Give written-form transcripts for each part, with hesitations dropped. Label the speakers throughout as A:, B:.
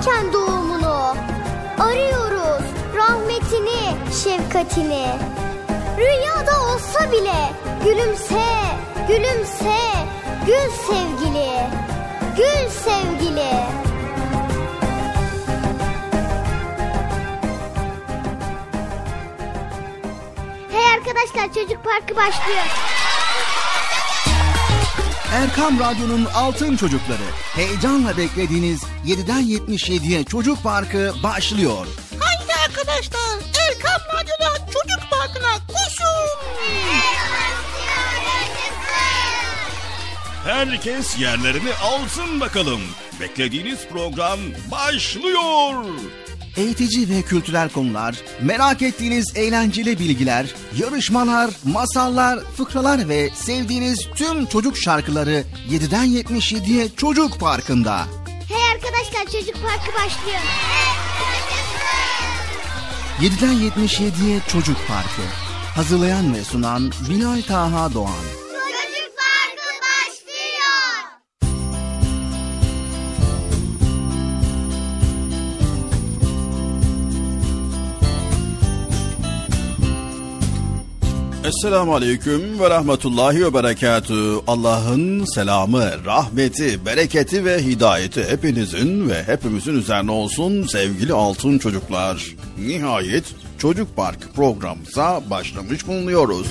A: varken doğumunu. Arıyoruz rahmetini, şefkatini. Rüyada olsa bile gülümse, gülümse, gül sevgili, gül sevgili. Hey arkadaşlar, Çocuk Parkı başlıyor.
B: Erkam Radyo'nun Altın Çocukları. Heyecanla beklediğiniz 7'den 77'ye Çocuk Parkı başlıyor.
C: Haydi arkadaşlar, Erkam Radyo'da Çocuk Parkı'na koşun.
D: Herkes yerlerini alsın bakalım. Beklediğiniz program başlıyor.
B: Eğitici ve kültürel konular, merak ettiğiniz eğlenceli bilgiler, yarışmalar, masallar, fıkralar ve sevdiğiniz tüm çocuk şarkıları 7'den 77'ye Çocuk Parkı'nda.
A: Hey arkadaşlar, Çocuk Parkı başlıyor.
B: 7'den 77'ye Çocuk Parkı. Hazırlayan ve sunan Bilal Taha Doğan.
A: Çocuk Parkı başlıyor.
D: Esselamu Aleyküm ve Rahmetullahi ve Berekatü. Allah'ın selamı, rahmeti, bereketi ve hidayeti hepinizin ve hepimizin üzerine olsun sevgili altın çocuklar. Nihayet Çocuk Park programımıza başlamış bulunuyoruz.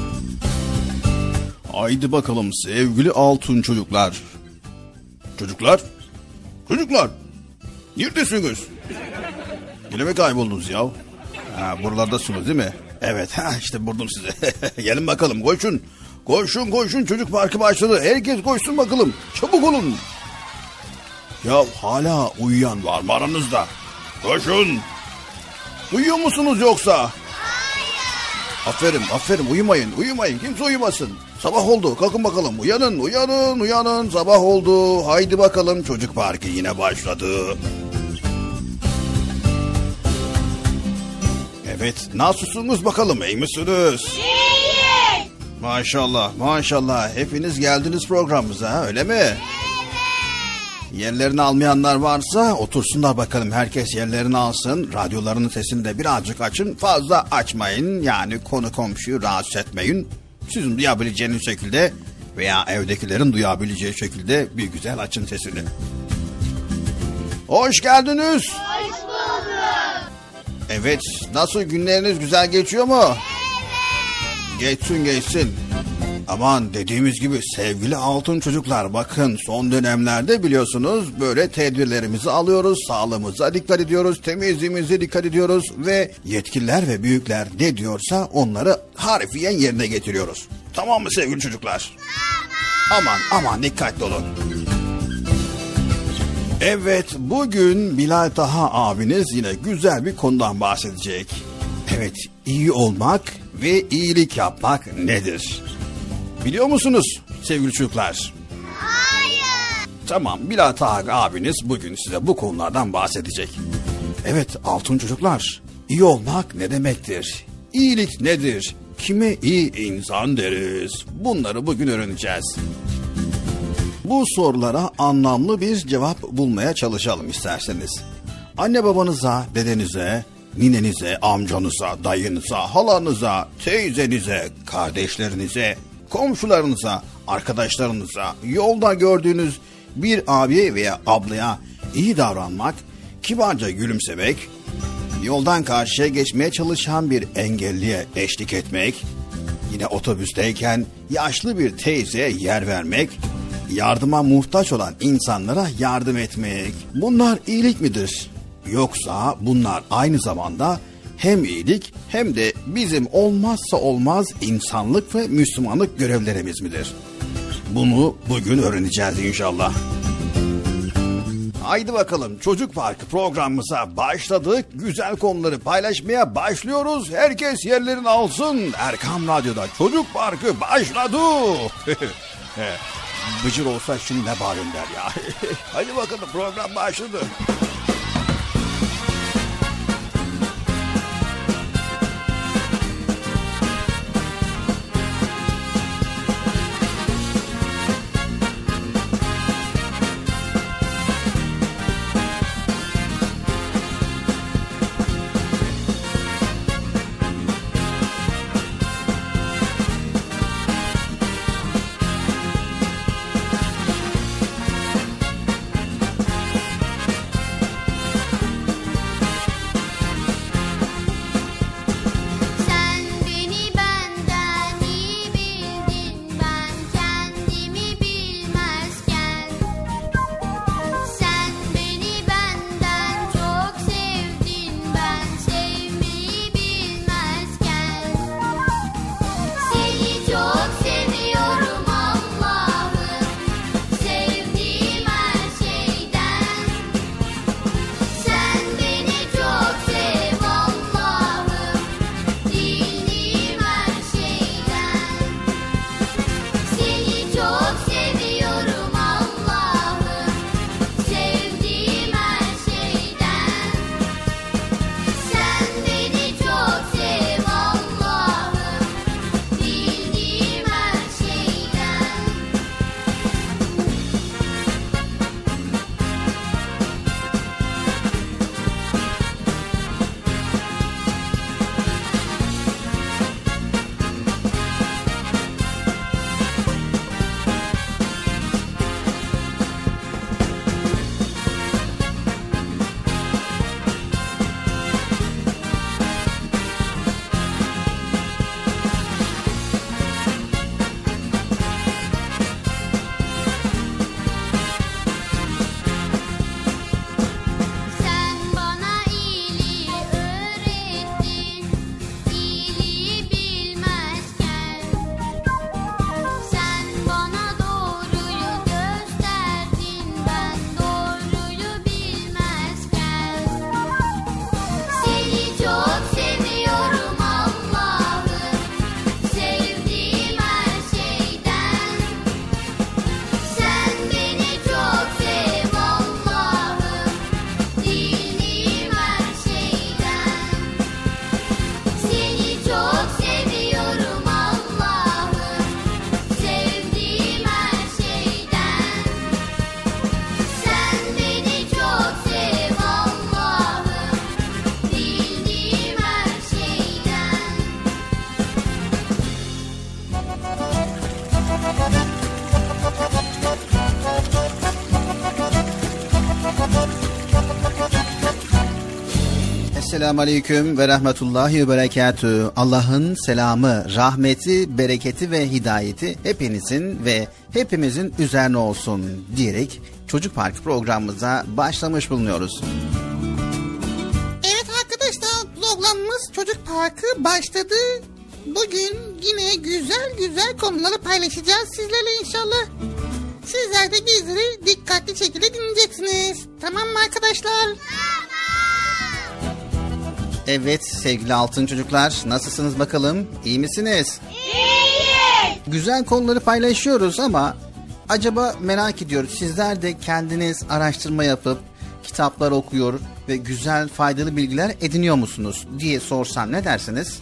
D: Haydi bakalım sevgili altın çocuklar. Çocuklar, çocuklar, neredesiniz? Yine mi kayboldunuz ya? Buralardasınız değil mi? Evet, işte buldum sizi. Gelin bakalım, koşun. Koşun, koşun, Çocuk Parkı başladı. Herkes koşsun bakalım. Çabuk olun. Ya hala uyuyan var mı aranızda? Koşun. Uyuyor musunuz yoksa? Hayır. Aferin, aferin, uyumayın, uyumayın. Kimse uyumasın. Sabah oldu, kalkın bakalım. Uyanın, uyanın, uyanın. Sabah oldu. Haydi bakalım, Çocuk Parkı yine başladı. Evet, nasılsınız bakalım, iyi misiniz?
A: İyi.
D: Maşallah, maşallah. Hepiniz geldiniz programımıza, öyle mi? Evet. Yerlerini almayanlar varsa otursunlar bakalım. Herkes yerlerini alsın. Radyolarının sesini de birazcık açın. Fazla açmayın. Yani konu komşuyu rahatsız etmeyin. Sizin duyabileceğiniz şekilde veya evdekilerin duyabileceği şekilde bir güzel açın sesini. Hoş geldiniz.
A: Hoş bulduk.
D: Evet, nasıl, günleriniz güzel geçiyor mu? Evet. Geçsin geçsin. Aman, dediğimiz gibi sevgili altın çocuklar, bakın son dönemlerde biliyorsunuz böyle tedbirlerimizi alıyoruz, sağlığımıza dikkat ediyoruz, temizliğimize dikkat ediyoruz ve yetkililer ve büyükler ne diyorsa onları harfiyen yerine getiriyoruz. Tamam mı sevgili çocuklar? Tamam. Aman dikkatli olun. Evet, bugün Bilal Taha abiniz yine güzel bir konudan bahsedecek. Evet, iyi olmak ve iyilik yapmak nedir? Biliyor musunuz sevgili çocuklar?
A: Hayır.
D: Tamam, Bilal Taha abiniz bugün size bu konulardan bahsedecek. Evet altın çocuklar, iyi olmak ne demektir? İyilik nedir? Kime iyi insan deriz? Bunları bugün öğreneceğiz. Bu sorulara anlamlı bir cevap bulmaya çalışalım isterseniz. Anne babanıza, dedenize, ninenize, amcanıza, dayınıza, halanıza, teyzenize, kardeşlerinize, komşularınıza, arkadaşlarınıza, yolda gördüğünüz bir abi veya ablaya iyi davranmak, kibarca gülümsemek, yoldan karşıya geçmeye çalışan bir engelliye eşlik etmek, yine otobüsteyken yaşlı bir teyzeye yer vermek, yardıma muhtaç olan insanlara yardım etmek. Bunlar iyilik midir? Yoksa bunlar aynı zamanda hem iyilik hem de bizim olmazsa olmaz insanlık ve Müslümanlık görevlerimiz midir? Bunu bugün öğreneceğiz inşallah. Haydi bakalım, Çocuk Parkı programımıza başladık. Güzel konuları paylaşmaya başlıyoruz. Herkes yerlerini alsın. Erkam Radyo'da Çocuk Parkı başladı. Bıcır olsa şimdi ne bağırın der ya. Hadi bakalım, program başladı.
B: Esselamu Aleyküm ve Rahmetullahi ve Berekatühü. Allah'ın selamı, rahmeti, bereketi ve hidayeti hepinizin ve hepimizin üzerine olsun diyerek Çocuk Parkı programımıza başlamış bulunuyoruz.
C: Evet arkadaşlar, programımız Çocuk Parkı başladı. Bugün yine güzel konuları paylaşacağız sizlerle inşallah. Sizler de bizleri dikkatli şekilde dinleyeceksiniz. Tamam mı arkadaşlar?
B: Evet sevgili altın çocuklar, nasılsınız bakalım? İyi misiniz?
A: İyiyiz.
B: Güzel konuları paylaşıyoruz ama acaba merak ediyoruz, sizler de kendiniz araştırma yapıp kitaplar okuyor ve güzel faydalı bilgiler ediniyor musunuz diye sorsam ne dersiniz?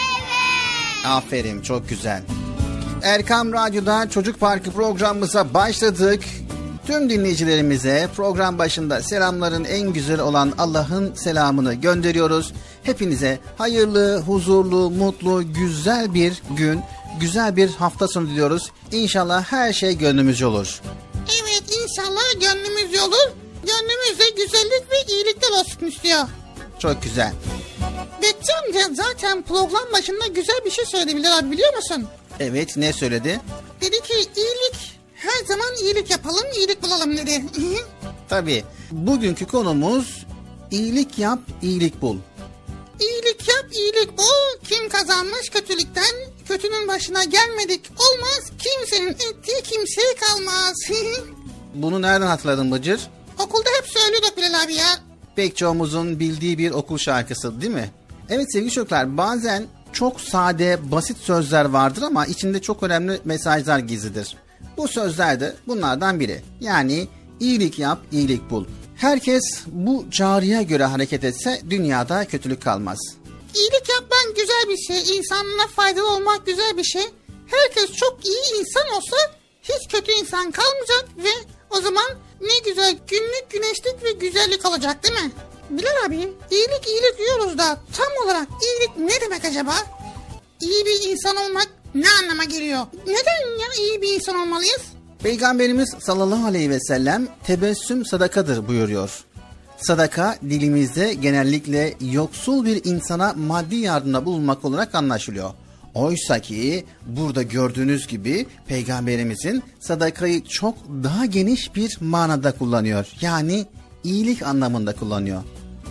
A: Evet.
B: Aferin, çok güzel. Erkam Radyo'da Çocuk Parkı programımıza başladık. Tüm dinleyicilerimize program başında selamların en güzel olan Allah'ın selamını gönderiyoruz. Hepinize hayırlı, huzurlu, mutlu, güzel bir gün, güzel bir hafta sonu diliyoruz. İnşallah her şey gönlümüzce olur.
C: Evet, inşallah gönlümüzce olur. Gönlümüzde güzellik ve iyilikler olsun istiyor.
B: Çok güzel.
C: Betçi amca zaten program başında güzel bir şey söyledi Bilal abi, biliyor musun?
B: Evet, ne söyledi?
C: Dedi ki iyilik, her zaman iyilik yapalım, iyilik bulalım dedi.
B: Tabii, bugünkü konumuz iyilik yap, iyilik bul.
C: İyilik yap, iyilik bul. Kim kazanmış kötülükten? Kötünün başına gelmedik olmaz. Kimsenin ettiği kimseye kalmaz.
B: Bunu nereden hatırladın Bıcır?
C: Okulda hep söylüyorduk Bilal abi ya.
B: Pek çoğumuzun bildiği bir okul şarkısı değil mi? Evet sevgili çocuklar, bazen çok sade, basit sözler vardır ama içinde çok önemli mesajlar gizlidir. Bu sözler de bunlardan biri. Yani iyilik yap, iyilik bul. Herkes bu çağrıya göre hareket etse dünyada kötülük kalmaz.
C: İyilik yapman güzel bir şey. İnsanlara faydalı olmak güzel bir şey. Herkes çok iyi insan olsa hiç kötü insan kalmayacak ve o zaman ne güzel günlük güneşlik ve güzellik olacak değil mi? Bilal abi, iyilik diyoruz da tam olarak iyilik ne demek acaba? İyi bir insan olmak ne anlama geliyor? Neden ya iyi bir insan olmalıyız?
B: Peygamberimiz sallallahu aleyhi ve sellem tebessüm sadakadır buyuruyor. Sadaka dilimizde genellikle yoksul bir insana maddi yardımda bulunmak olarak anlaşılıyor. Oysa ki burada gördüğünüz gibi Peygamberimizin sadakayı çok daha geniş bir manada kullanıyor. Yani iyilik anlamında kullanıyor.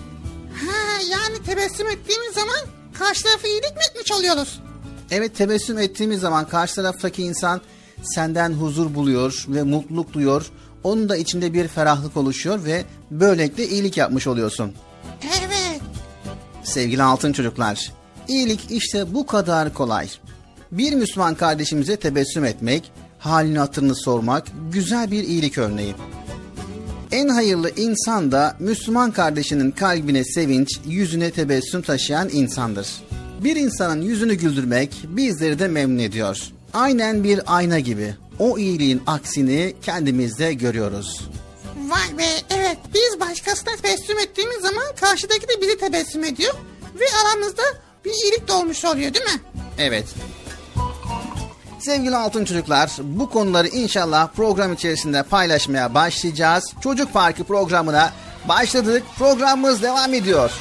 C: Ha, yani tebessüm ettiğimiz zaman karşı tarafı iyilik mi etmiş oluyoruz?
B: Evet, tebessüm ettiğimiz zaman karşı taraftaki insan senden huzur buluyor ve mutluluk duyuyor. Onun da içinde bir ferahlık oluşuyor ve böylelikle iyilik yapmış oluyorsun.
C: Evet.
B: Sevgili altın çocuklar, iyilik işte bu kadar kolay. Bir Müslüman kardeşimize tebessüm etmek, halini hatırını sormak güzel bir iyilik örneği. En hayırlı insan da Müslüman kardeşinin kalbine sevinç, yüzüne tebessüm taşıyan insandır. Bir insanın yüzünü güldürmek bizleri de memnun ediyor. Aynen bir ayna gibi. O iyiliğin aksini kendimizde görüyoruz.
C: Vay be, evet, biz başkasına tebessüm ettiğimiz zaman karşıdaki de bizi tebessüm ediyor ve aramızda bir iyilik de olmuş oluyor değil mi?
B: Evet. Sevgili altın çocuklar, bu konuları inşallah program içerisinde paylaşmaya başlayacağız. Çocuk Parkı programına başladık. Programımız devam ediyor.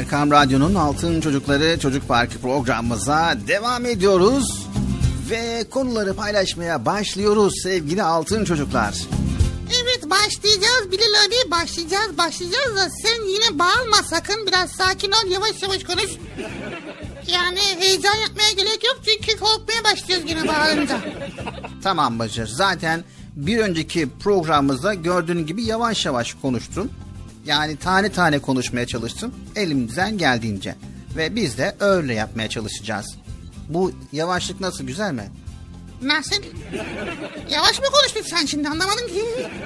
B: Erkam Radyo'nun Altın Çocukları Çocuk Parkı programımıza devam ediyoruz. Ve konuları paylaşmaya başlıyoruz sevgili Altın Çocuklar.
C: Evet, başlayacağız Bilal abi, başlayacağız da sen yine bağırma sakın, biraz sakin ol, yavaş yavaş konuş. Yani heyecan yapmaya gerek yok çünkü korkmaya başlıyoruz yine bağırınca.
B: Tamam Bıcır, zaten bir önceki programımızda gördüğün gibi yavaş yavaş konuştum. Yani tane tane konuşmaya çalıştım elimizden geldiğince. Ve biz de öyle yapmaya çalışacağız. Bu yavaşlık nasıl, güzel mi?
C: Nasıl? Yavaş mı konuştun sen şimdi, anlamadım ki.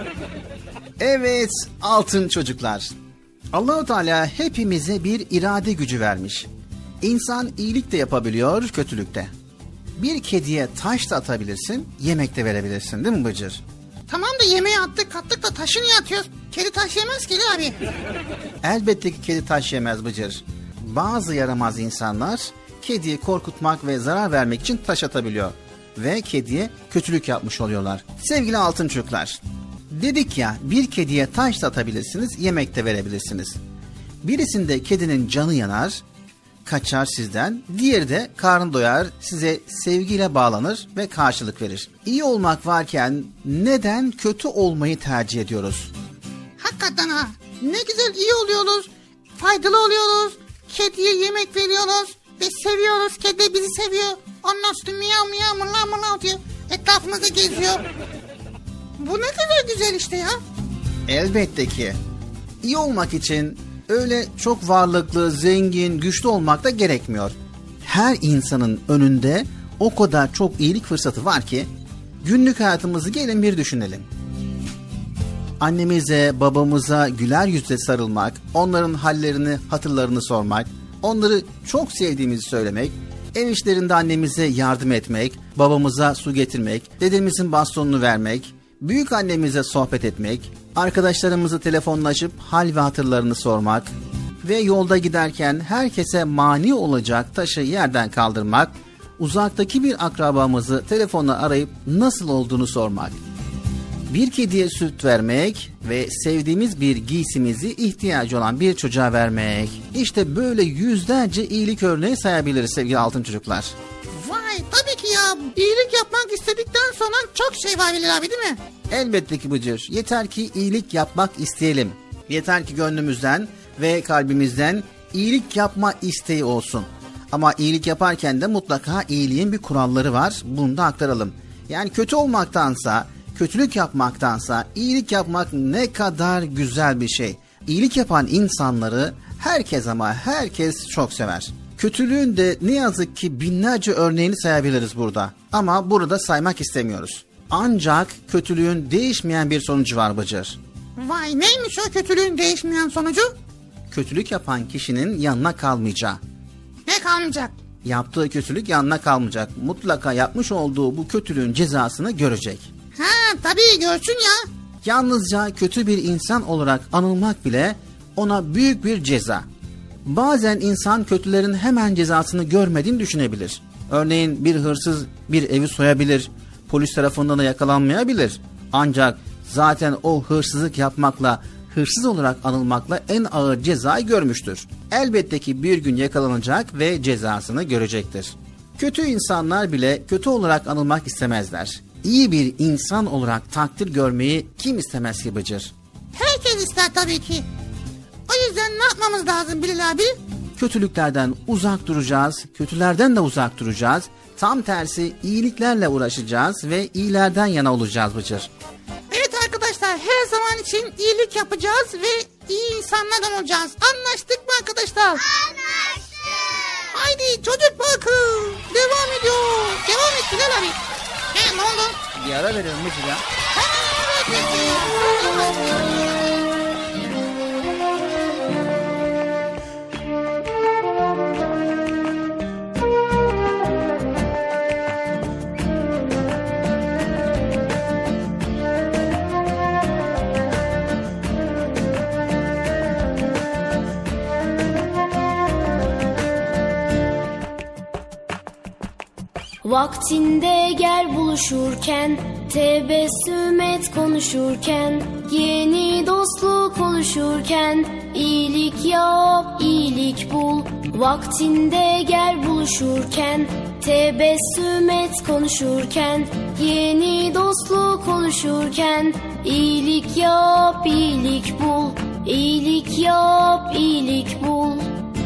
B: Evet Altın Çocuklar. Allah-u Teala hepimize bir irade gücü vermiş. İnsan iyilik de yapabiliyor, kötülük de. Bir kediye taş da atabilirsin, yemek de verebilirsin, değil mi Bıcır?
C: Tamam da yemeği kattık da taşı niye atıyoruz? Kedi taş yemez ki abi.
B: Elbette ki kedi taş yemez Bıcır. Bazı yaramaz insanlar kediyi korkutmak ve zarar vermek için taş atabiliyor. Ve kediye kötülük yapmış oluyorlar. Sevgili Altın Çocuklar, dedik ya, bir kediye taş da atabilirsiniz, yemek de verebilirsiniz. Birisinde kedinin canı yanar, kaçar sizden, diğeri de karnı doyar, size sevgiyle bağlanır ve karşılık verir. İyi olmak varken neden kötü olmayı tercih ediyoruz?
C: Hakikaten ha, ne güzel iyi oluyoruz, faydalı oluyoruz, kediye yemek veriyoruz ve seviyoruz, kedi de bizi seviyor. Ondan sonra miyav miyav mılav mılav diyor, etrafımızda geziyor. Bu ne kadar güzel işte ya.
B: Elbette ki. İyi olmak için öyle çok varlıklı, zengin, güçlü olmak da gerekmiyor. Her insanın önünde o kadar çok iyilik fırsatı var ki günlük hayatımızı gelin bir düşünelim. Annemize, babamıza güler yüzle sarılmak, onların hallerini, hatırlarını sormak, onları çok sevdiğimizi söylemek, ev işlerinde annemize yardım etmek, babamıza su getirmek, dedemizin bastonunu vermek, büyük annemize sohbet etmek, arkadaşlarımızı telefonlaşıp hal ve hatırlarını sormak ve yolda giderken herkese mani olacak taşı yerden kaldırmak, uzaktaki bir akrabamızı telefonla arayıp nasıl olduğunu sormak, bir kediye süt vermek ve sevdiğimiz bir giysimizi ihtiyacı olan bir çocuğa vermek. İşte böyle yüzlerce iyilik örneği sayabiliriz sevgili Altın Çocuklar.
C: Vay, tabii ki ya, iyilik yapmak istedikten sonra çok şey var Bilal abi, değil mi?
B: Elbette ki Bıcır. Yeter ki iyilik yapmak isteyelim. Yeter ki gönlümüzden ve kalbimizden iyilik yapma isteği olsun. Ama iyilik yaparken de mutlaka iyiliğin bir kuralları var. Bunu da aktaralım. Yani kötü olmaktansa, kötülük yapmaktansa iyilik yapmak ne kadar güzel bir şey. İyilik yapan insanları herkes ama herkes çok sever. Kötülüğün de ne yazık ki binlerce örneğini sayabiliriz burada. Ama burada saymak istemiyoruz. Ancak kötülüğün değişmeyen bir sonucu var Bıcır.
C: Vay, neymiş o kötülüğün değişmeyen sonucu?
B: Kötülük yapan kişinin yanına kalmayacağı.
C: Ne kalmayacak?
B: Yaptığı kötülük yanına kalmayacak. Mutlaka yapmış olduğu bu kötülüğün cezasını görecek.
C: Ha tabii, görsün ya.
B: Yalnızca kötü bir insan olarak anılmak bile ona büyük bir ceza. Bazen insan kötülerin hemen cezasını görmediğini düşünebilir. Örneğin bir hırsız bir evi soyabilir, polis tarafından da yakalanmayabilir. Ancak zaten o hırsızlık yapmakla, hırsız olarak anılmakla en ağır cezayı görmüştür. Elbette ki bir gün yakalanacak ve cezasını görecektir. Kötü insanlar bile kötü olarak anılmak istemezler. İyi bir insan olarak takdir görmeyi kim istemez ki Bıcır?
C: Herkes ister tabii ki. O yüzden ne yapmamız lazım Bilal abi?
B: Kötülüklerden uzak duracağız, kötülerden de uzak duracağız. Tam tersi iyiliklerle uğraşacağız ve iyilerden yana olacağız Bıcır.
C: Evet arkadaşlar, her zaman için iyilik yapacağız ve iyi insanlardan olacağız. Anlaştık mı arkadaşlar?
A: Anlaştık.
C: Haydi çocuk parkı devam ediyor. Devam et Bilal abi. Ne oldu?
B: Bir ara verelim Bıcır ya.
E: Vaktinde gel buluşurken, tebessüm et konuşurken, yeni dostluk oluşur. konuşurken, iyilik yap, iyilik bul. Vaktinde gel buluşurken, tebessüm et konuşurken, yeni dostluk oluşurken, iyilik yap, iyilik bul. İyilik yap, iyilik bul.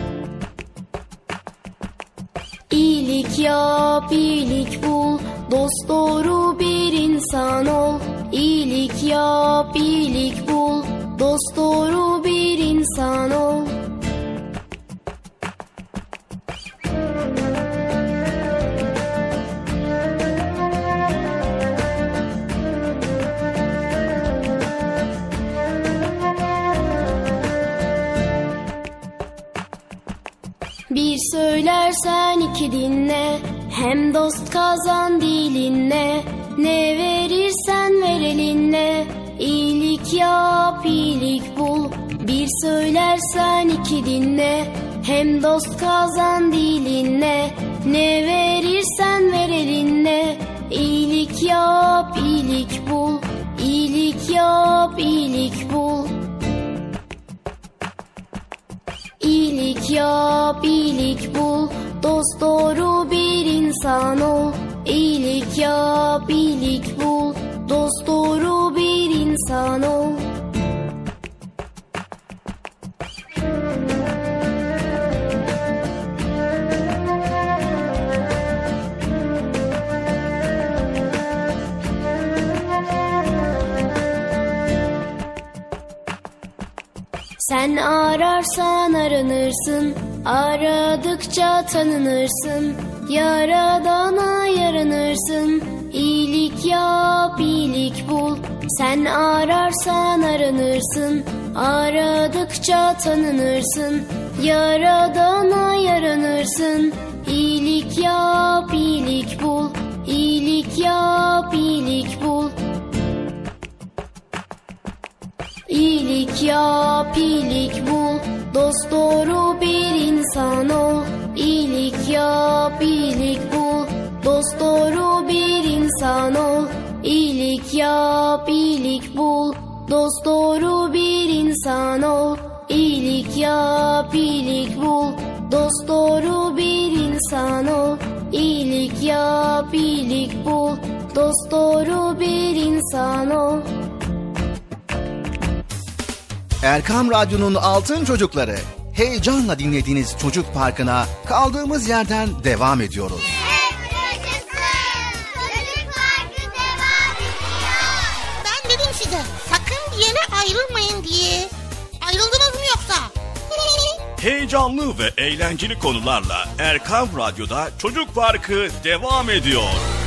E: İyilik yap, iyilik bul. Dost doğru bir insan ol. İyilik yap, iyilik bul. Dost doğru bir insan ol. Bir söylersen iki dinle, hem dost kazan dilinle. Ne verirsen ver elinle, iyilik yap, iyilik bul. Bir söylersen iki dinle, hem dost kazan dilinle. Ne verirsen ver elinle, iyilik yap, iyilik bul. İyilik yap, iyilik bul. İyilik yap, iyilik bul. Dost doğru bir insan ol. İyilik yap, iyilik bul. Dost doğru bir insan ol. Sen ararsan aranırsın, aradıkça tanınırsın. Yaradana yaranırsın, iyilik yap, iyilik bul. Sen ararsan aranırsın, aradıkça tanınırsın. Yaradana yaranırsın, iyilik yap, iyilik bul. İyilik yap, iyilik bul. İyilik yap, iyilik bul. Dost doğru bir insan ol. İyilik yap, iyilik bul. Dost doğru bir insan ol. İyilik yap, iyilik bul. Dost doğru bir insan ol. İyilik yap, iyilik bul. Dost doğru bir insan ol. İyilik yap, iyilik bul. Dost doğru bir insan ol.
B: Erkam Radyo'nun Altın Çocukları. Heyecanla dinlediğiniz Çocuk Parkı'na kaldığımız yerden devam ediyoruz.
A: Çocuk Parkı devam ediyor.
C: Ben dedim size sakın bir yere ayrılmayın diye. Ayrıldınız mı yoksa?
F: Heyecanlı ve eğlenceli konularla Erkam Radyo'da Çocuk Parkı devam ediyor.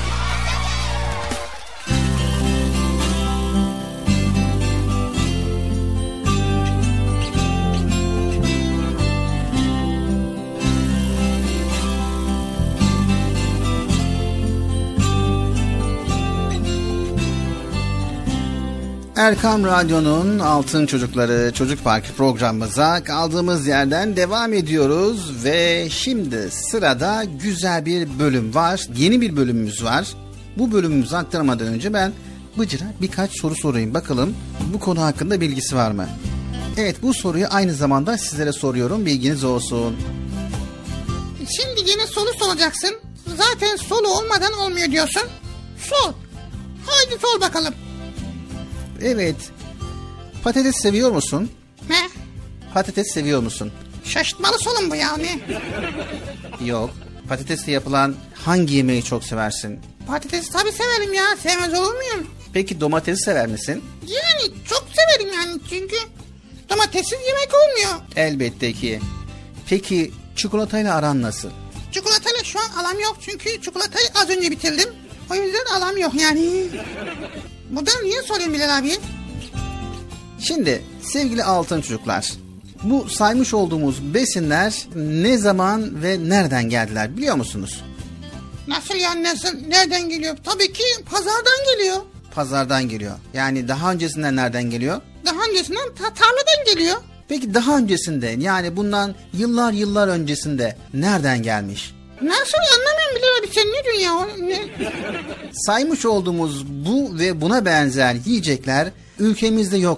B: Erkam Radyo'nun Altın Çocukları Çocuk Parkı programımıza kaldığımız yerden devam ediyoruz ve şimdi sırada güzel bir bölüm var. Yeni bir bölümümüz var. Bu bölümümüzü aktarmadan önce ben Bıcır'a birkaç soru sorayım. Bakalım bu konu hakkında bilgisi var mı? Evet, bu soruyu aynı zamanda sizlere soruyorum. Bilginiz olsun.
C: Şimdi yine soru soracaksın. Zaten solu olmadan olmuyor diyorsun. Sor. Haydi sor bakalım.
B: Evet. Patates seviyor musun?
C: Ne?
B: Patates seviyor musun?
C: Şaşırtmalı solun bu ya ne?
B: Yok. Patatesle yapılan hangi yemeği çok seversin?
C: Patatesi tabii severim ya. Sevmez olur muyum?
B: Peki domatesi sever misin?
C: Yani çok severim yani. Çünkü domatessiz yemek olmuyor.
B: Elbette ki. Peki çikolatayla aran nasıl?
C: Çikolatayla şu an alam yok. Çünkü çikolatayı az önce bitirdim. O yüzden alam yok yani. Buradan niye sorayım Bilal abi?
B: Şimdi sevgili altın çocuklar, bu saymış olduğumuz besinler ne zaman ve nereden geldiler biliyor musunuz?
C: Nasıl yani nasıl? Nereden geliyor? Tabii ki pazardan geliyor.
B: Pazardan geliyor. Yani daha öncesinden nereden geliyor?
C: Daha öncesinden tarladan geliyor.
B: Peki daha öncesinde, yani bundan yıllar öncesinde nereden gelmiş?
C: Nasıl anlamıyorum Bilal abi, sen ne diyorsun ya? Ne?
B: Saymış olduğumuz bu ve buna benzer yiyecekler ülkemizde yoktu.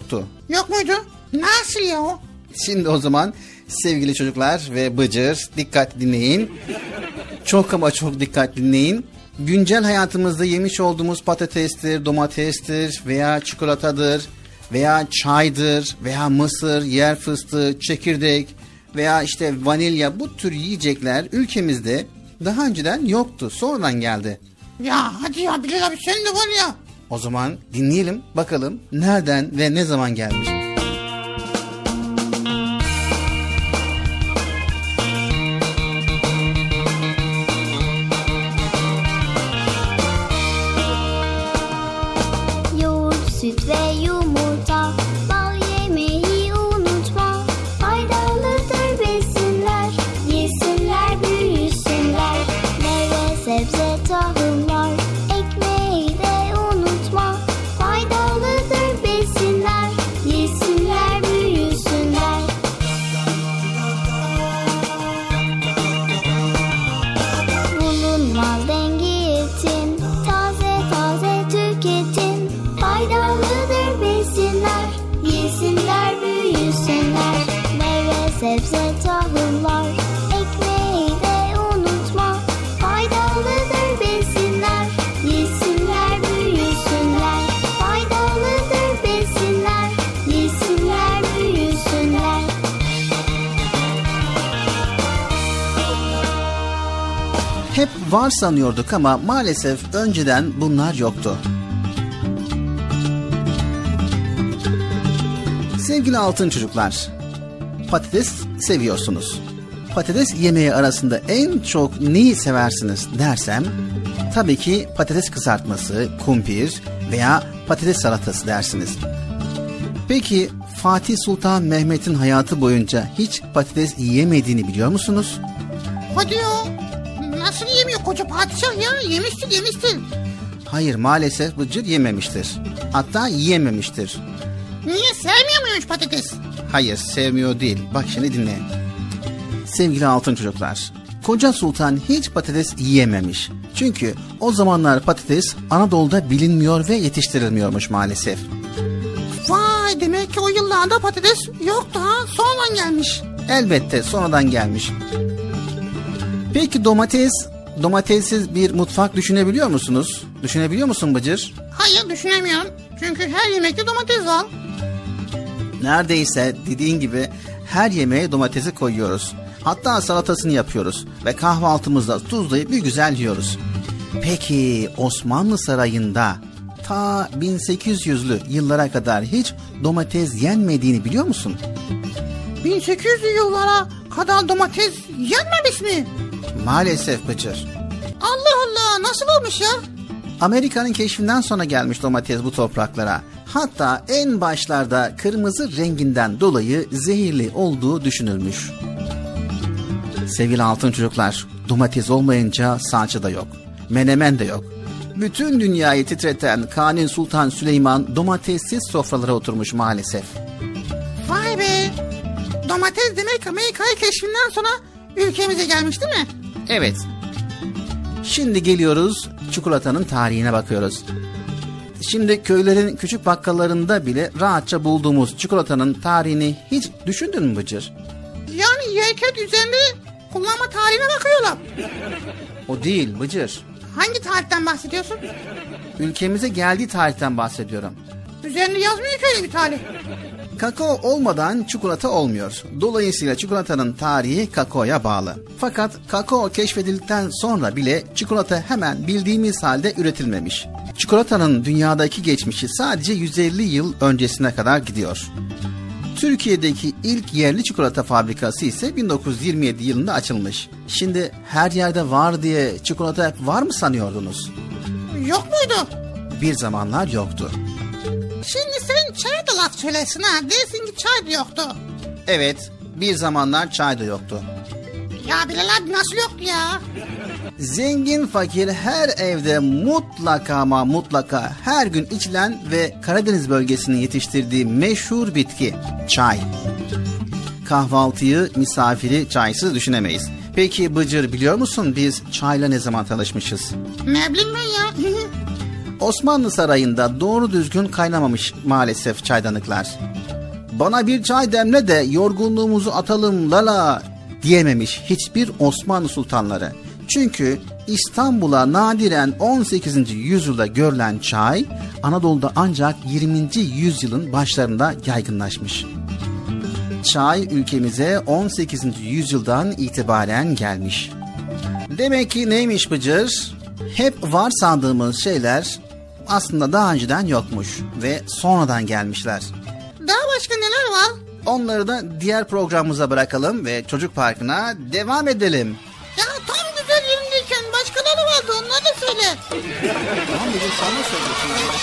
C: Yok muydu? Nasıl ya o?
B: Şimdi o zaman sevgili çocuklar ve Bıcır dikkat dinleyin. Çok ama çok dikkat dinleyin. Güncel hayatımızda yemiş olduğumuz patatestir, domatestir veya çikolatadır veya çaydır veya mısır, yer fıstığı, çekirdek veya işte vanilya, bu tür yiyecekler ülkemizde daha önceden yoktu. Sonradan geldi.
C: Ya hadi ya Bilal abi, sen de var ya.
B: O zaman dinleyelim bakalım nereden ve ne zaman gelmiş.
E: Yoğurt, süt ve yumurta, bal yemeyi unutma. Faydalıdır besinler, yesinler büyüsünler. Meyve, sebze, tahıllar, ekmeği de unutma. Faydalıdır besinler, yesinler büyüsünler. Bulunmaz dengi etin, taze taze tüketin. Faydalıdır besinler, yesinler büyüsünler. Meyve, sebze, tahıllar, ekmeği de unutma. Faydalıdır besinler, yesinler büyüsünler. Faydalıdır besinler, yesinler büyüsünler.
B: Hep var sanıyorduk ama maalesef önceden bunlar yoktu. Sevgili altın çocuklar, patates seviyorsunuz. Patates yemeği arasında en çok neyi seversiniz dersem, tabii ki patates kızartması, kumpir veya patates salatası dersiniz. Peki Fatih Sultan Mehmet'in hayatı boyunca hiç patates yemediğini biliyor musunuz?
C: Hadi ya. Nasıl yemiyor koca padişah ya? Yemiştir.
B: Hayır, maalesef Bıcır yememiştir. Hatta yiyememiştir.
C: Niye, sevmiyor muymuş patates?
B: Hayır, sevmiyor değil. Bak şimdi dinle. Sevgili altın çocuklar, Koca Sultan hiç patates yiyememiş. Çünkü o zamanlar patates Anadolu'da bilinmiyor ve yetiştirilmiyormuş maalesef.
C: Vay, demek ki o yıllarda patates yoktu ha, sonradan gelmiş.
B: Elbette sonradan gelmiş. Peki domatessiz bir mutfak düşünebiliyor musunuz? Düşünebiliyor musun Bıcır?
C: Hayır, düşünemiyorum. Çünkü her yemekte domates var.
B: Neredeyse dediğin gibi her yemeğe domatesi koyuyoruz. Hatta salatasını yapıyoruz ve kahvaltımızda tuzlayıp bir güzel yiyoruz. Peki Osmanlı Sarayı'nda ta 1800'lü yıllara kadar hiç domates yenmediğini biliyor musun?
C: 1800'lü yıllara kadar domates yenmemiş mi?
B: Maalesef Bıcır.
C: Allah Allah, nasıl olmuş ya?
B: Amerika'nın keşfinden sonra gelmiş domates bu topraklara. Hatta en başlarda kırmızı renginden dolayı zehirli olduğu düşünülmüş. Sevgili altın çocuklar, domates olmayınca salça da yok, menemen de yok. Bütün dünyayı titreten Kanuni Sultan Süleyman domatessiz sofralara oturmuş maalesef.
C: Vay be! Domates demek Amerika'yı keşfinden sonra ülkemize gelmiş değil mi?
B: Evet. Şimdi geliyoruz, çikolatanın tarihine bakıyoruz. Şimdi köylerin küçük bakkallarında bile rahatça bulduğumuz çikolatanın tarihini hiç düşündün mü Bıcır?
C: Yani yerken üzerinde kullanma tarihine bakıyorlar.
B: O değil Bıcır.
C: Hangi tarihten bahsediyorsun?
B: Ülkemize geldiği tarihten bahsediyorum.
C: Üzerinde yazmıyor ki öyle bir tarih.
B: Kakao olmadan çikolata olmuyor. Dolayısıyla çikolatanın tarihi kakaoya bağlı. Fakat kakao keşfedildikten sonra bile çikolata hemen bildiğimiz halde üretilmemiş. Çikolatanın dünyadaki geçmişi sadece 150 yıl öncesine kadar gidiyor. Türkiye'deki ilk yerli çikolata fabrikası ise 1927 yılında açılmış. Şimdi her yerde var diye çikolata var mı sanıyordunuz?
C: Yok muydu?
B: Bir zamanlar yoktu.
C: Şimdi sen çay da laf söylesin ha. Dersin ki çay da yoktu.
B: Evet, bir zamanlar çay da yoktu.
C: Ya Bilal abi, nasıl yoktu ya?
B: Zengin fakir her evde mutlaka ama mutlaka her gün içilen ve Karadeniz bölgesinin yetiştirdiği meşhur bitki çay. Kahvaltıyı, misafiri çaysız düşünemeyiz. Peki Bıcır, biliyor musun biz çayla ne zaman tanışmışız?
C: Ne bileyim ben ya.
B: Osmanlı Sarayı'nda doğru düzgün kaynamamış maalesef çaydanlıklar. bana bir çay demle de yorgunluğumuzu atalım lala diyememiş hiçbir Osmanlı sultanları. Çünkü İstanbul'a nadiren 18. yüzyılda görülen çay Anadolu'da ancak 20. yüzyılın başlarında yaygınlaşmış. Çay ülkemize 18. yüzyıldan itibaren gelmiş. Demek ki neymiş Bıcır? Hep var sandığımız şeyler aslında daha önceden yokmuş ve sonradan gelmişler.
C: Daha başka neler var?
B: Onları da diğer programımıza bırakalım ve Çocuk Parkı'na devam edelim.
C: Ya tam güzel yerindeyken başkaları vardı, onları da söyle.
B: Tamam Bıcır, sana söylüyorsun.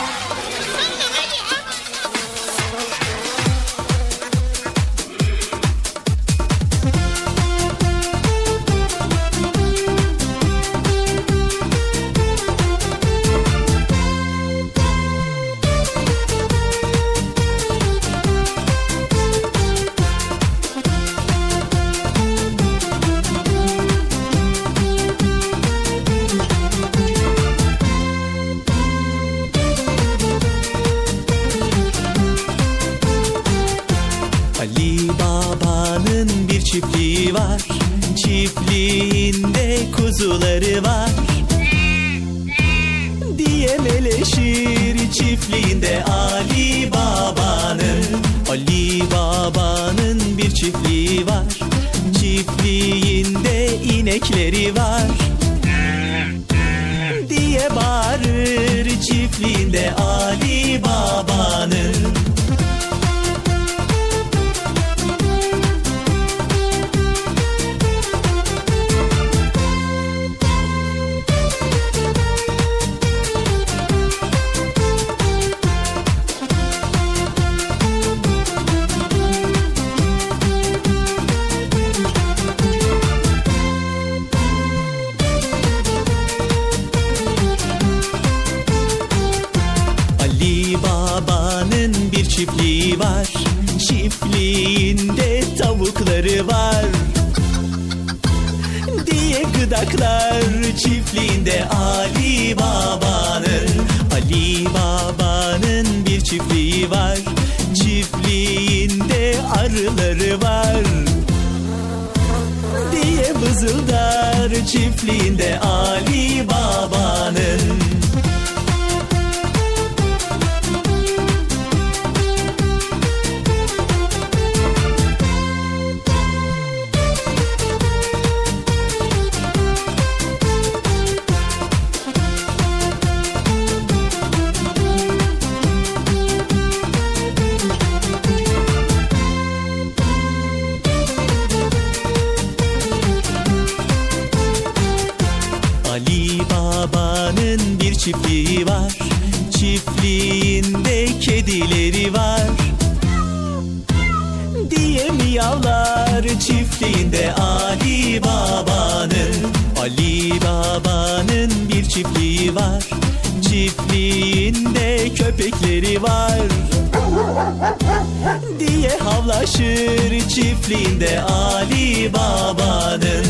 G: Çiftliği var, çiftliğinde kuzuları var diye meleşir çiftliğinde Ali Baba'nın. Ali Baba'nın bir çiftliği var, çiftliğinde inekleri var diye bağırır çiftliğinde Ali Baba'nın. Çiftliği var, çiftliğinde tavukları var diye gıdaklar çiftliğinde Ali Baba'nın. Ali Baba'nın bir çiftliği var, çiftliğinde arıları var diye vızıldar çiftliğinde Ali Baba'nın. Çiftliği var, çiftliğinde kedileri var diye miyavlar çiftliğinde Ali Baba'nın. Ali Baba'nın bir çiftliği var, çiftliğinde köpekleri var diye havlaşır çiftliğinde Ali Baba'nın.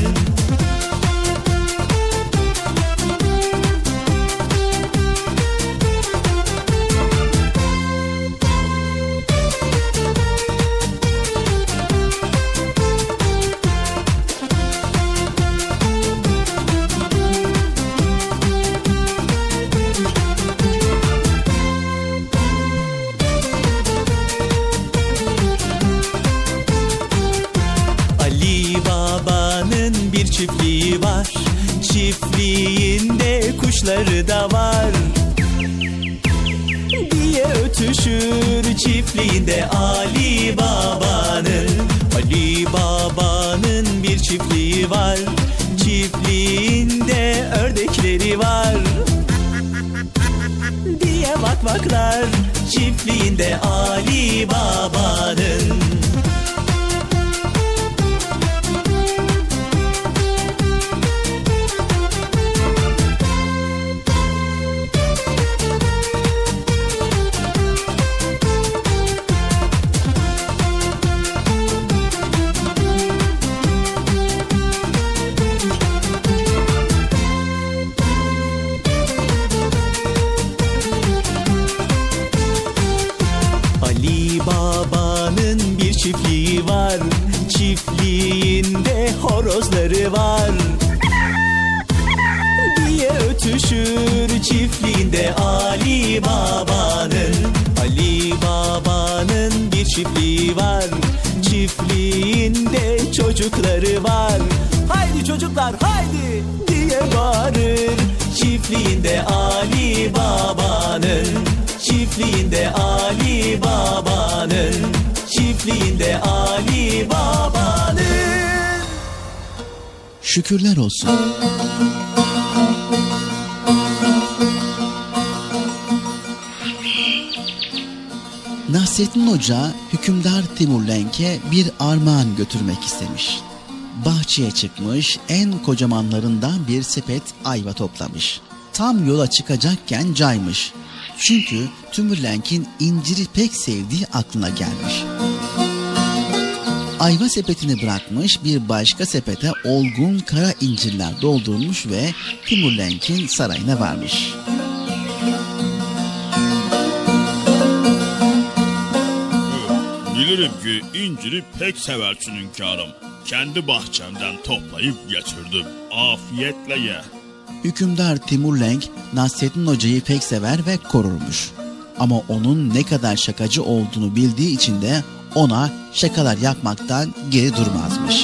G: Çiftliği var, çiftliğinde kuşları da var diye ötüşür çiftliğinde Ali Baba'nın. Ali Baba'nın bir çiftliği var, çiftliğinde ördekleri var diye vakvaklar çiftliğinde Ali Baba'nın. çiftliği var. Çiftliğinde horozları var diye ötüşür çiftliğinde Ali Baba'nın. Ali Baba'nın bir çiftliği var. Çiftliğinde çocukları var. Haydi çocuklar haydi diye bağırır çiftliğinde Ali Baba'nın. Çiftliğinde Ali Baba'nın. Çiftliğinde Ali Baba'nın.
B: Şükürler olsun. Nasrettin Hoca hükümdar Timur Lenk'e bir armağan götürmek istemiş. Bahçeye çıkmış, en kocamanlarından bir sepet ayva toplamış. Tam yola çıkacakken caymış. Çünkü Timur Lenk'in inciri pek sevdiği aklına gelmiş. Ayva sepetini bırakmış, bir başka sepete olgun kara incirler doldurmuş ve Timur Lenk'in sarayına varmış.
F: Bilirim ki inciri pek seversin hünkârım. Kendi bahçemden toplayıp getirdim. Afiyetle ye.
B: Hükümdar Timur Lenk Nasrettin Hoca'yı pek sever ve korurmuş. Ama onun ne kadar şakacı olduğunu bildiği için de ona şakalar yapmaktan geri durmazmış.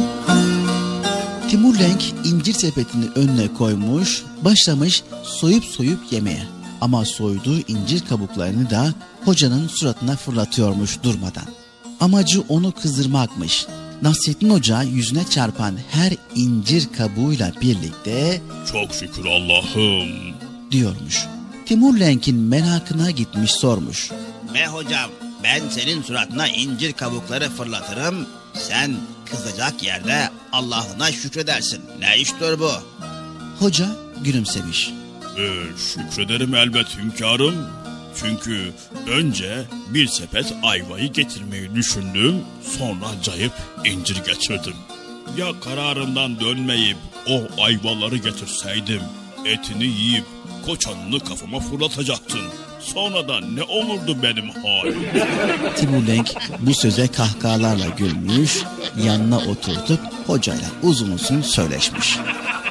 B: Timur Lenk incir sepetini önüne koymuş, başlamış soyup yemeye. Ama soyduğu incir kabuklarını da hocanın suratına fırlatıyormuş durmadan. Amacı onu kızdırmakmış. Nasrettin Hoca yüzüne çarpan her incir kabuğuyla birlikte
F: "Çok şükür Allah'ım"
B: diyormuş. Timur Lenk'in merakına gitmiş sormuş.
H: "Be hocam, ben senin suratına incir kabukları fırlatırım. Sen kızacak yerde Allah'ına şükredersin. Ne iştir bu?"
B: Hoca gülümsemiş.
F: Şükrederim elbet hünkârım. Çünkü önce bir sepet ayvayı getirmeyi düşündüm, sonra cayıp incir getirdim. Ya kararımdan dönmeyip o ayvaları getirseydim, etini yiyip koçanını kafama fırlatacaktın. Sonra da ne olurdu benim halim?
B: Timur Lenk bu söze kahkahalarla gülmüş, yanına oturtup hocayla uzun uzun söyleşmiş.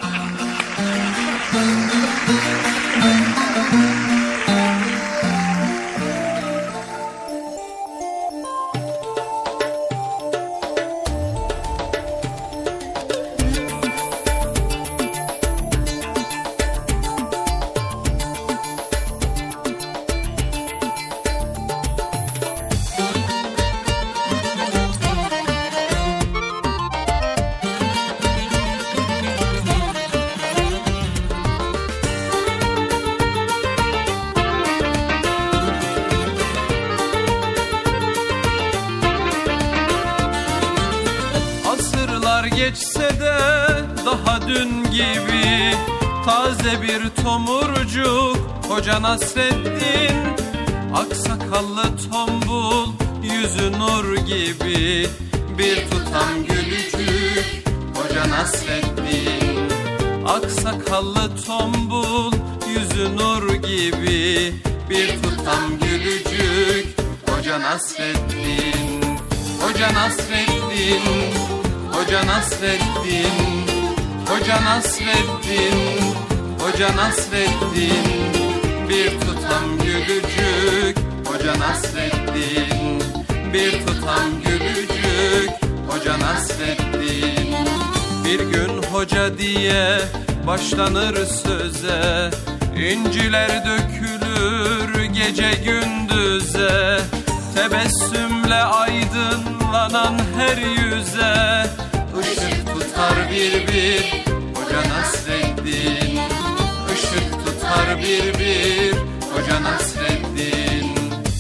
I: Geçse de daha dün gibi taze bir tomurcuk Hoca Nasreddin. Aksakallı tombul yüzü nur gibi bir tutam gülücük Hoca Nasreddin. Aksakallı tombul yüzü nur gibi bir tutam gülücük Hoca Nasreddin. Hoca Nasreddin, Hoca Nasreddin, Hoca Nasreddin, Hoca Nasreddin, bir tutam gülücük Hoca Nasreddin, bir tutam gülücük Hoca Nasreddin. Bir gün hoca diye başlanır söze, inciler dökülür gece gündüze, tebessümle aydınlanan her yüze Işık tutar bir Hoca Nasreddin. Işık tutar bir Hoca Nasreddin.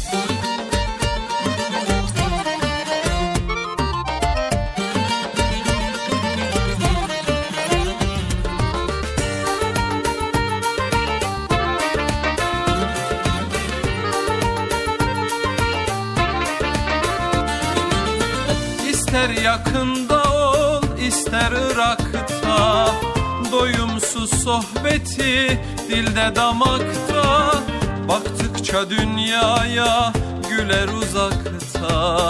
I: İster yakında ol, ister Irak'ta, doyumsuz sohbeti dilde damakta. Baktıkça dünyaya güler uzakta,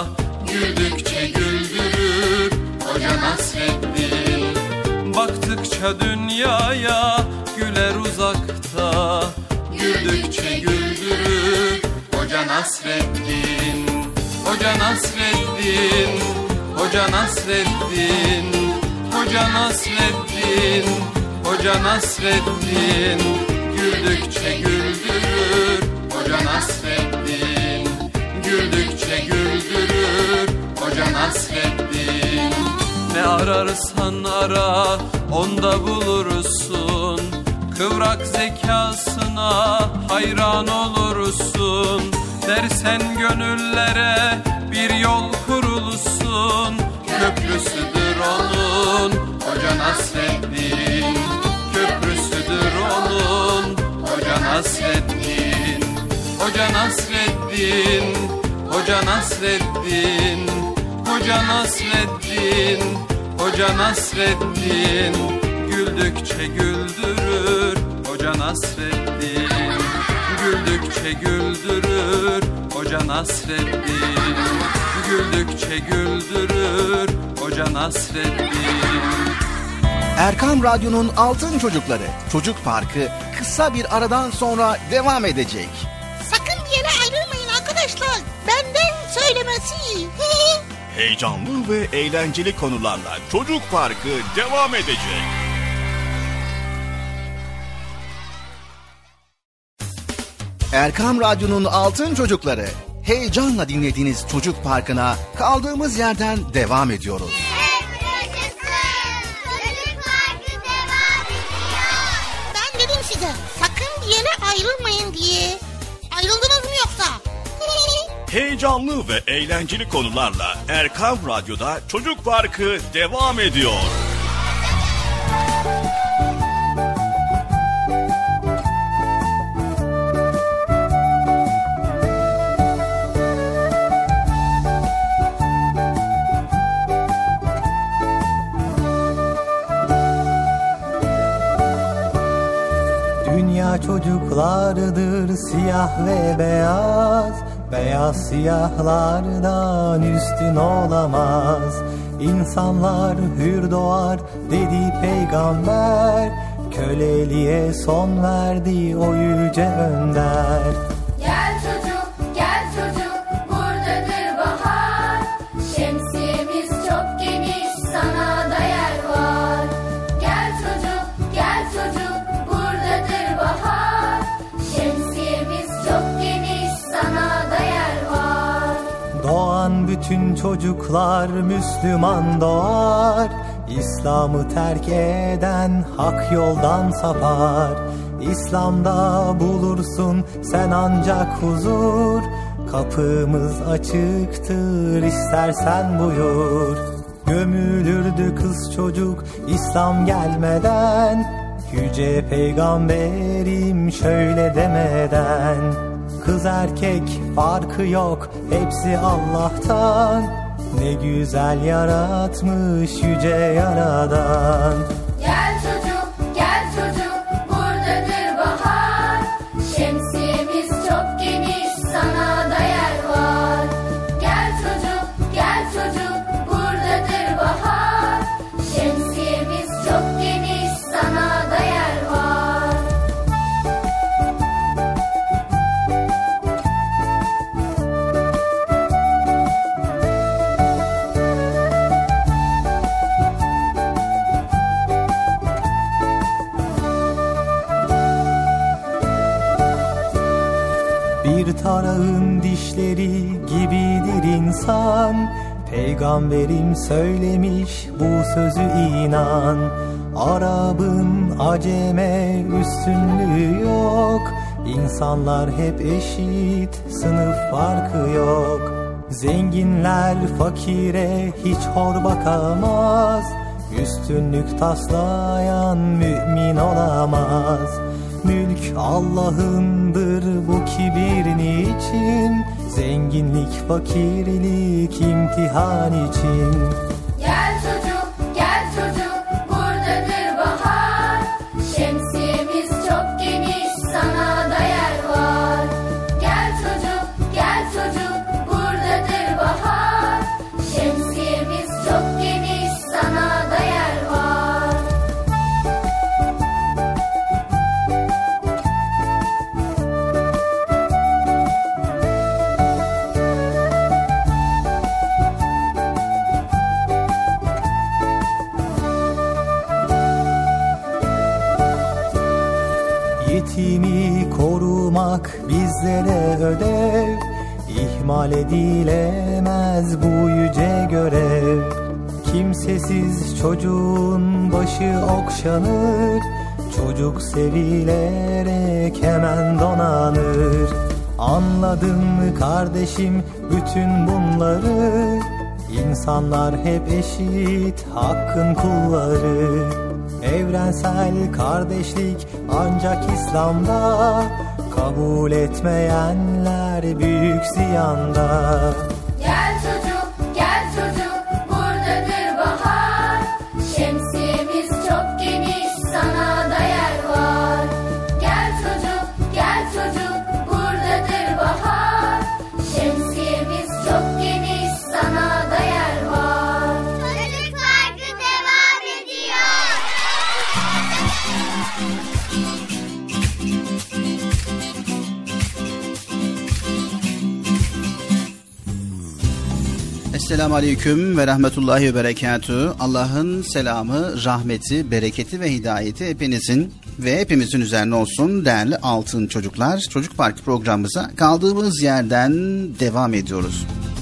I: güldükçe güldürür Hoca Nasreddin. Baktıkça dünyaya güler uzakta, güldükçe güldürür Hoca Nasreddin. Hoca Nasreddin, Hoca Nasreddin, Hoca Nasreddin, Hoca Nasreddin, güldükçe güldürür Hoca Nasreddin, güldükçe güldürür Hoca Nasreddin. Ne ararsan ara onda bulursun, kıvrak zekasına hayran olursun. Dersen gönüllere bir yol kurulsun, köprüsüdür onun Hoca Nasreddin, köprüsüdür onun Hoca Nasreddin. Hoca Nasreddin, Hoca Nasreddin, Hoca Nasreddin, Hoca Nasreddin, güldükçe güldürür Hoca Nasreddin, güldükçe güldürür Hoca Nasreddin, güldükçe güldürür Hoca Nasreddin.
B: Erkam Radyo'nun Altın Çocukları Çocuk Parkı kısa bir aradan sonra devam edecek.
C: Sakın bir yere ayrılmayın arkadaşlar. Benden söylemesi.
F: Heyecanlı ve eğlenceli konularla Çocuk Parkı devam edecek.
B: Erkam Radyo'nun Altın Çocukları, heyecanla dinlediğiniz Çocuk Parkı'na kaldığımız yerden devam ediyoruz.
C: Ben dedim size sakın bir yere ayrılmayın diye. Ayrıldınız mı yoksa?
F: Heyecanlı ve eğlenceli konularla Erkam Radyo'da Çocuk Parkı devam ediyor.
G: Dünya çocuklardır siyah ve beyaz, beyaz siyahlardan üstün olamaz. İnsanlar hür doğar dedi peygamber, köleliğe son verdi o yüce önder.
E: Gel çocuk, gel çocuk, buradadır bahar. Şemsiyemiz çok geniş, sana da yer var. Gel çocuk, buradadır bahar. Şemsiyemiz çok geniş, sana da yer var.
G: Doğan bütün çocuklar Müslüman doğar. İslam'ı terk eden hak yoldan sapar. İslam'da bulursun sen ancak huzur. Kapımız açıktır, istersen buyur. Gömülürdü kız çocuk İslam gelmeden, yüce peygamberim şöyle demeden. Kız erkek farkı yok, hepsi Allah'tan. Ne güzel yaratmış yüce yaradan.
E: Gel çocuk, buradadır bahar. Şemsiyemiz çok geniş, sana da yer var. Gel çocuk, buradadır bahar. Şemsiyemiz çok geniş, sana da yer var.
G: Bir tarağın dişleri gibidir insan. Peygamberim söylemiş bu sözü inan. Arabın aceme üstünlüğü yok. İnsanlar hep eşit, sınıf farkı yok. Zenginler fakire hiç hor bakamaz. Üstünlük taslayan mümin olamaz. Mülk Allah'ındır, bu kibir niçin? Zenginlik fakirlik imtihan için.
E: Gel çocuk, buradadır bahar. Şemsiyemiz çok geniş, sana da yer var. Gel çocuk, buradadır bahar.
G: olmak bizlere ödev, İhmal edilemez bu yüce görev. Kimsesiz çocuğun başı okşanır, çocuk sevilerek hemen donanır. Anladın mı kardeşim bütün bunları? İnsanlar hep eşit, hakkın kulları. Evrensel kardeşlik ancak İslam'da, kabul etmeyenler büyük ziyanda.
E: Gel çocuk, gel çocuk, buradadır bahar. Şemsiyemiz çok geniş, sana da yer var. Gel çocuk, gel çocuk, buradadır bahar. Şemsiyemiz çok geniş, sana da yer var.
A: Çocuk Parkı devam ediyor.
B: Esselamu Aleyküm ve Rahmetullahi ve Berekatühü. Allah'ın selamı, rahmeti, bereketi ve hidayeti hepinizin ve hepimizin üzerine olsun değerli altın çocuklar. Çocuk Parkı programımıza kaldığımız yerden devam ediyoruz.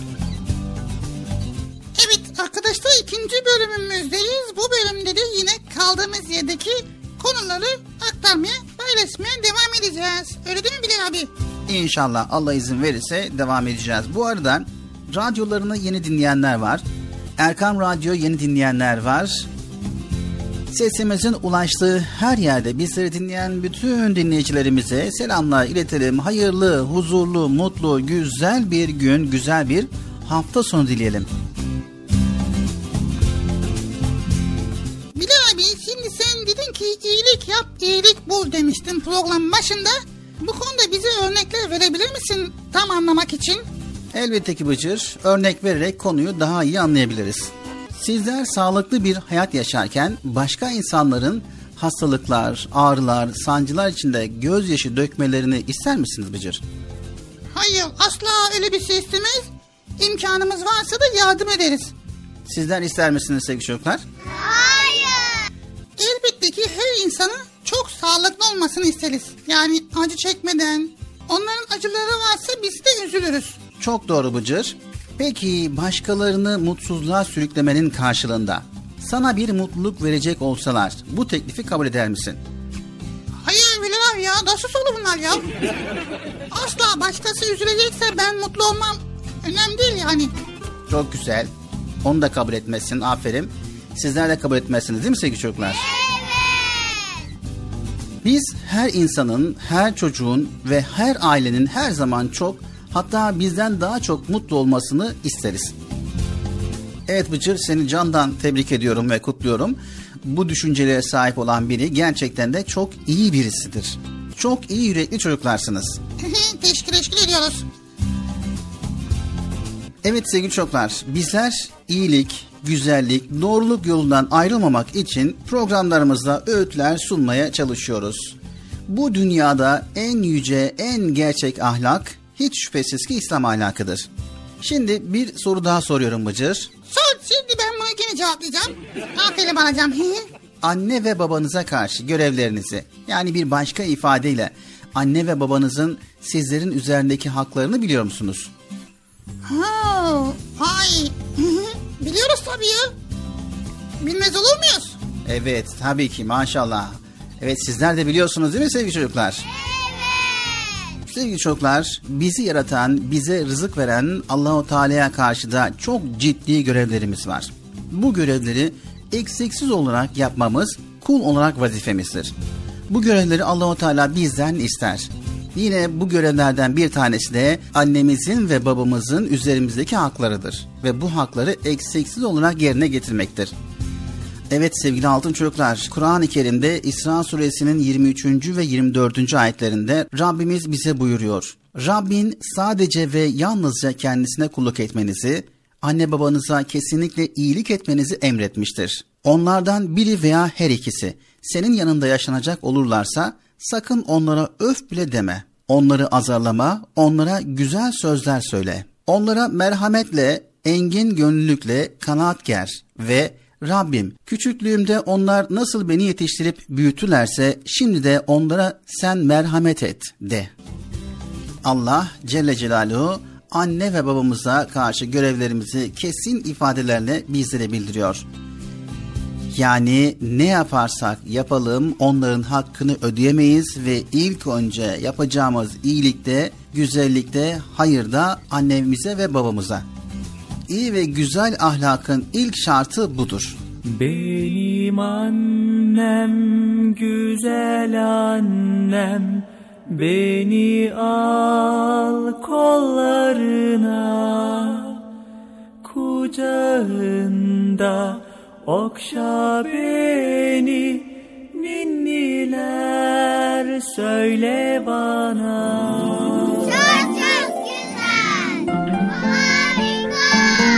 C: Evet arkadaşlar, ikinci bölümümüzdeyiz. Bu bölümde de yine kaldığımız yerdeki konuları aktarmaya, paylaşmaya devam edeceğiz. Öyle değil mi Bilal abi?
B: İnşallah Allah izin verirse devam edeceğiz. Bu arada radyolarını yeni dinleyenler var. Erkam Radyo yeni dinleyenler var. Sesimizin ulaştığı her yerde bizleri dinleyen bütün dinleyicilerimize selamlar iletelim. Hayırlı, huzurlu, mutlu, güzel bir gün, güzel bir hafta sonu dileyelim.
C: Bilal abi, şimdi sen dedin ki iyilik yap, iyilik bul demiştin programın başında. Bu konuda bize örnekler verebilir misin tam anlamak için?
B: Elbette ki Bıcır, örnek vererek konuyu daha iyi anlayabiliriz. Sizler sağlıklı bir hayat yaşarken başka insanların hastalıklar, ağrılar, sancılar içinde gözyaşı dökmelerini ister misiniz Bıcır?
C: Hayır, asla öyle bir şey istemeyiz. İmkanımız varsa da yardım ederiz.
B: Sizler ister misiniz sevgili çocuklar?
A: Hayır.
C: Elbette ki her insanın çok sağlıklı olmasını isteriz. Yani acı çekmeden, onların acıları varsa biz de üzülürüz.
B: Çok doğru Bıcır. Peki başkalarını mutsuzluğa sürüklemenin karşılığında sana bir mutluluk verecek olsalar bu teklifi kabul eder misin?
C: Hayır Bilal abi ya, nasıl olur bunlar ya? Asla, başkası üzülecekse ben mutlu olmam. Önemli değil yani.
B: Çok güzel. Onu da kabul etmezsin, aferin. Sizler de kabul etmezsiniz değil mi sevgili çocuklar? Biz her insanın, her çocuğun ve her ailenin her zaman çok, hatta bizden daha çok mutlu olmasını isteriz. Evet Bıcır, seni candan tebrik ediyorum ve kutluyorum. Bu düşüncelere sahip olan biri gerçekten de çok iyi birisidir. Çok iyi yürekli çocuklarsınız.
C: Teşekkür ediyoruz.
B: Evet sevgili çocuklar, bizler iyilik, güzellik, doğruluk yolundan ayrılmamak için programlarımızda öğütler sunmaya çalışıyoruz. Bu dünyada en yüce, en gerçek ahlak hiç şüphesiz ki İslam ahlakıdır. Şimdi bir soru daha soruyorum Bıcır.
C: Sor, şimdi ben bunu yine cevaplayacağım. Aferin alacağım.
B: Anne ve babanıza karşı görevlerinizi, yani bir başka ifadeyle anne ve babanızın sizlerin üzerindeki haklarını biliyor musunuz?
C: Hay. Biliyoruz tabii ya. Bilmez olur muyuz?
B: Evet, tabii ki, maşallah. Evet, sizler de biliyorsunuz değil mi sevgili çocuklar? Evet. Sevgili çocuklar, bizi yaratan, bize rızık veren Allah-u Teala'ya karşı da çok ciddi görevlerimiz var. Bu görevleri eksiksiz olarak yapmamız kul olarak vazifemizdir. Bu görevleri Allah-u Teala bizden ister. Yine bu görevlerden bir tanesi de annemizin ve babamızın üzerimizdeki haklarıdır. Ve bu hakları eksiksiz olarak yerine getirmektir. Evet sevgili altın çocuklar, Kur'an-ı Kerim'de İsra suresinin 23. ve 24. ayetlerinde Rabbimiz bize buyuruyor. Rabbin sadece ve yalnızca kendisine kulluk etmenizi, anne babanıza kesinlikle iyilik etmenizi emretmiştir. Onlardan biri veya her ikisi senin yanında yaşanacak olurlarsa sakın onlara öf bile deme. Onları azarlama, onlara güzel sözler söyle. Onlara merhametle, engin gönüllülükle kanaat ger ve Rabbim küçüklüğümde onlar nasıl beni yetiştirip büyütülerse şimdi de onlara sen merhamet et de. Allah Celle Celaluhu anne ve babamıza karşı görevlerimizi kesin ifadelerle bizlere bildiriyor. Yani ne yaparsak yapalım onların hakkını ödeyemeyiz ve ilk önce yapacağımız iyilikte, güzellikte, hayırda annemize ve babamıza. İyi ve güzel ahlakın ilk şartı budur.
G: Benim annem, güzel annem, beni al kollarına, kucağında okşa beni, ninniler söyle bana.
A: Çok güzel, harika.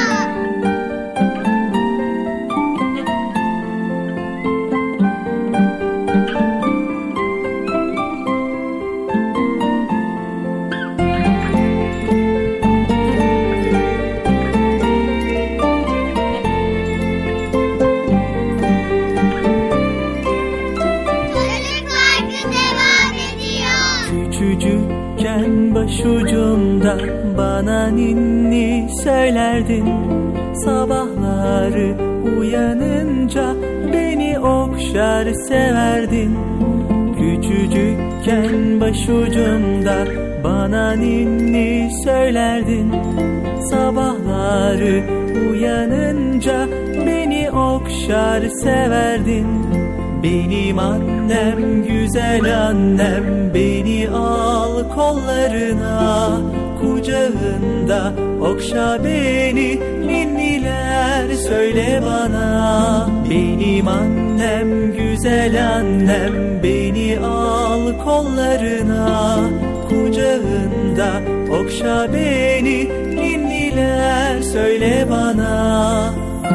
G: Başucumda bana ninni söylerdin, sabahları uyanınca beni okşar severdin. Küçücükken başucumda bana ninni söylerdin, sabahları uyanınca beni okşar severdin. Benim annem, güzel annem, beni al kollarına, kucağında okşa beni, ninniler söyle bana. Benim annem, güzel annem, beni al kollarına, kucağında okşa beni, ninniler söyle bana.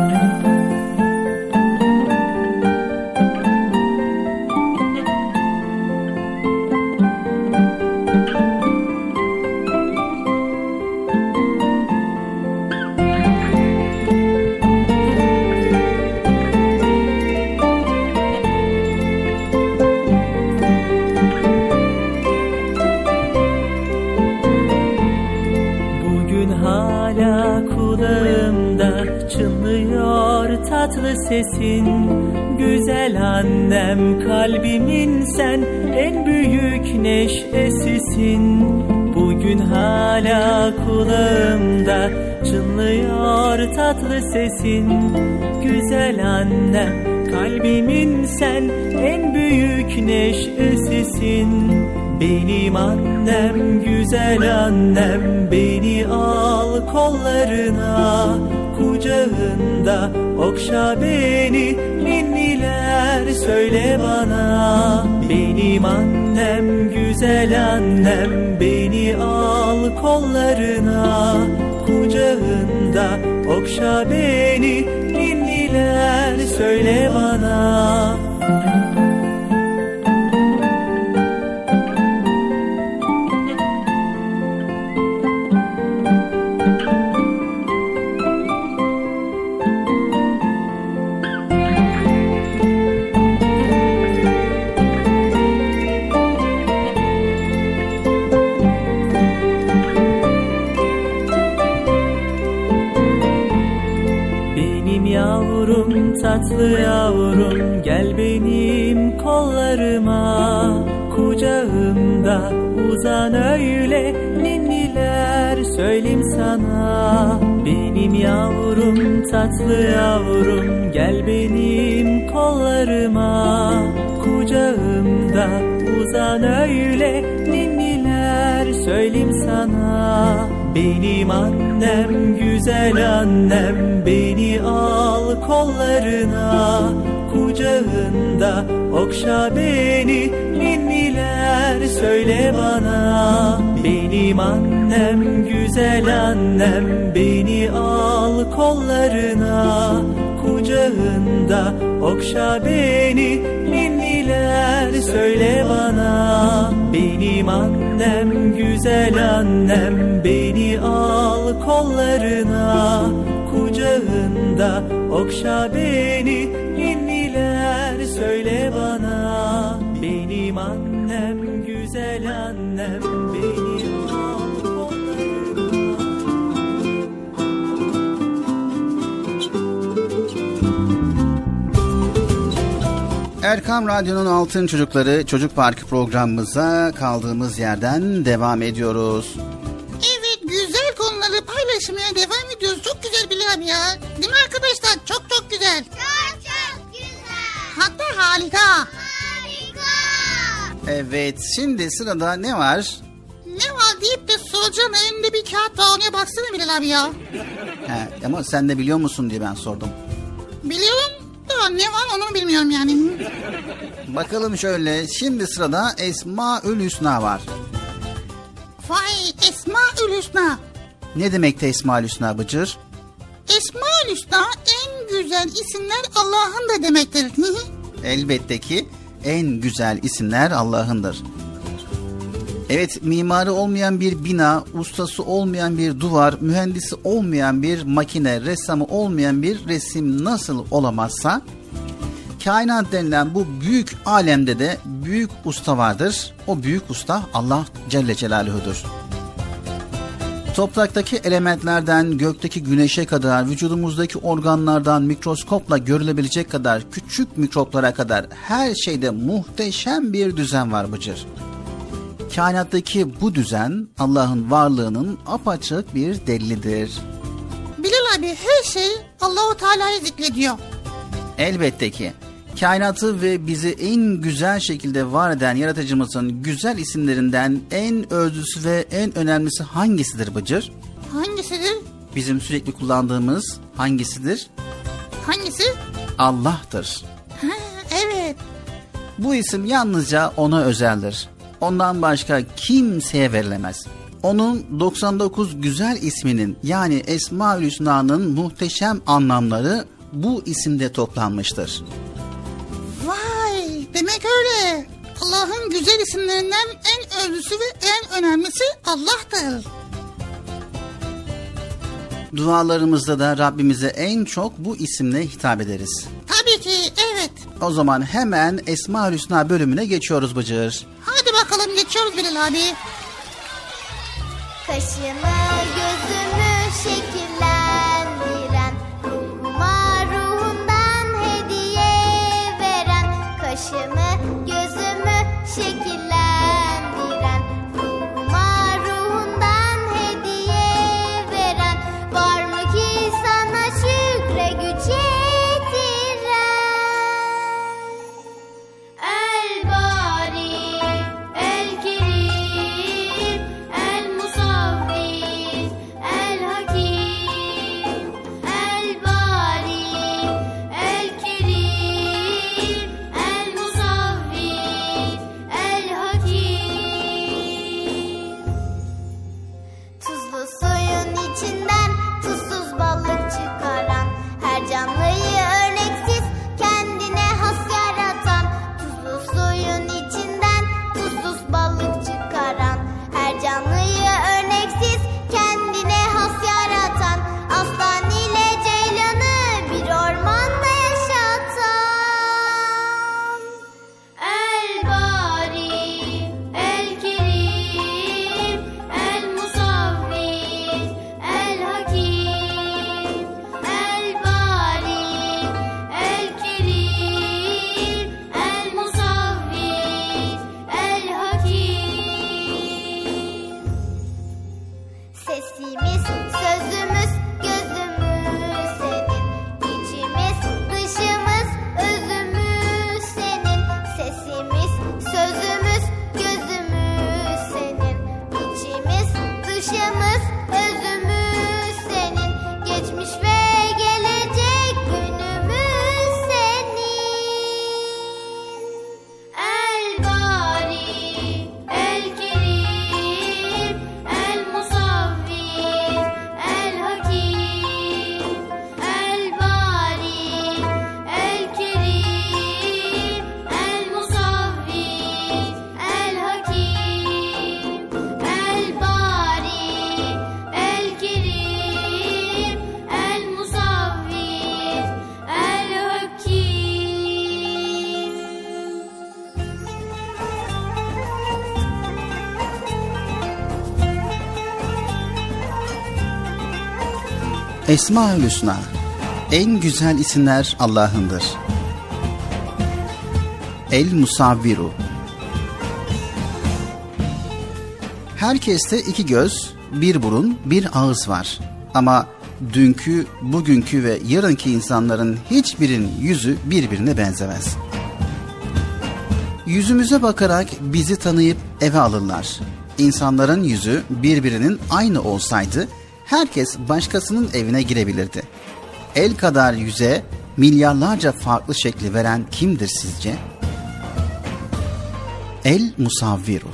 G: Tatlı sesin, güzel annem, kalbimin sen en büyük neşesisin. Bugün hala kulağımda çınlıyor tatlı sesin, güzel annem, kalbimin sen en büyük neşesisin. Benim annem, güzel annem, beni al kollarına, kucağında okşa beni, ninniler söyle bana. Benim annem, güzel annem, beni al kollarına, kucağında okşa beni, ninniler söyle bana. Tatlı yavrum, gel benim kollarıma, kucağımda uzan öyle, ninniler söyleyeyim sana. Benim yavrum, tatlı yavrum, gel benim kollarıma, kucağımda uzan öyle, ninniler söyleyeyim sana. Benim annem, güzel annem, beni al kollarına, kucağında okşa beni, ninniler söyle bana. Benim annem, güzel annem, beni al kollarına, kucağında okşa beni, ninniler söyle bana. Benim annem, güzel annem, beni al kollarına, kucağında okşa beni, ninniler söyle bana. Benim annem, güzel annem, beni al.
B: Erkam Radyo'nun Altın Çocukları Çocuk Parkı programımıza kaldığımız yerden devam ediyoruz.
C: Evet, güzel konuları paylaşmaya devam ediyoruz. Çok güzel Bilal abi ya. Değil mi arkadaşlar? Çok çok güzel.
A: Çok güzel.
C: Hatta harika.
A: Harika.
B: Evet, şimdi sırada ne var?
C: Ne var deyip de soracağım, elinde bir kağıt var, ona baksana Bilal abi ya.
B: Ama sen de biliyor musun diye ben sordum.
C: Biliyorum da ne var onu bilmiyorum yani.
B: Bakalım şöyle, şimdi sırada Esmaül Hüsna var.
C: Vay, Esmaül Hüsna.
B: Ne demekti Esmaül Hüsna Bıcır?
C: Esmaül Hüsna en güzel isimler Allah'ın da demektir.
B: Elbette ki en güzel isimler Allah'ındır. Evet, mimarı olmayan bir bina, ustası olmayan bir duvar, mühendisi olmayan bir makine, ressamı olmayan bir resim nasıl olamazsa, kainat denilen bu büyük alemde de büyük usta vardır. O büyük usta Allah Celle Celaluhu'dur. Topraktaki elementlerden gökteki güneşe kadar, vücudumuzdaki organlardan mikroskopla görülebilecek kadar küçük mikroplara kadar her şeyde muhteşem bir düzen var Bıcır. Kainattaki bu düzen Allah'ın varlığının apaçık bir delilidir.
C: Bilal abi, her şey Allah-u Teala'yı zikrediyor.
B: Elbette ki kainatı ve bizi en güzel şekilde var eden yaratıcımızın güzel isimlerinden en özlüsü ve en önemlisi hangisidir Bıcır?
C: Hangisidir?
B: Bizim sürekli kullandığımız hangisidir?
C: Hangisi?
B: Allah'tır.
C: Ha, evet.
B: Bu isim yalnızca ona özeldir. Ondan başka kimseye verilemez. Onun 99 güzel isminin yani Esmaül Hüsna'nın muhteşem anlamları bu isimde toplanmıştır.
C: Vay, demek öyle. Allah'ın güzel isimlerinden en özlüsü ve en önemlisi Allah'tır.
B: Dualarımızda da Rabbimize en çok bu isimle hitap ederiz.
C: Tabii ki, evet.
B: O zaman hemen Esmaül Hüsna bölümüne geçiyoruz Bıcır.
C: Hadi bakalım, geçiyoruz Bilal abi.
A: Kaşımı gözümü şekillendiren, ruhuma ruhundan hediye veren. Kaşımı gözümü şekillendiren, ruhuma ruhundan hediye veren. Var mı ki sana şükre güç yetiren? El Bari, El Kerim, El Musavvir, El Hakim. El Bari, El Kerim, El Musavvir, El Hakim. Tuzlu suyun içinden tuzsuz balık çıkaran, her canlıyı örneksiz kendine has yaratan. Tuzlu suyun içinden tuzsuz balık çıkaran, her canlıyı örneksiz kendine has yaratan. Aslan ile ceylanı bir ormanda yaşatan. El Bari, El Kerim, El Musavvir, El Hakim. El Bari, El Kerim, El Musavvir, El Hakim. Sesimiz, sözümüz, gözümüz senin. İçimiz, dışımız, özümüz senin. Sesimiz, sözümüz, gözümüz senin. İçimiz, dışımız, özümüz senin. Geçmiş ve gelecek günümüz senin. El Bari, El Kerim, El Musavvir, El Hakim. El Bari, El Kerim, El Musavvir, El Hakim. El Bari, El Kerim, El Musavvir, El Hakim.
B: Esmaül Hüsna. En güzel isimler Allah'ındır. El Musavviru. Herkeste iki göz, bir burun, bir ağız var. Ama dünkü, bugünkü ve yarınki insanların hiçbirinin yüzü birbirine benzemez. Yüzümüze bakarak bizi tanıyıp eve alırlar. İnsanların yüzü birbirinin aynı olsaydı herkes başkasının evine girebilirdi. El kadar yüze milyarlarca farklı şekli veren kimdir sizce? El Musavviru.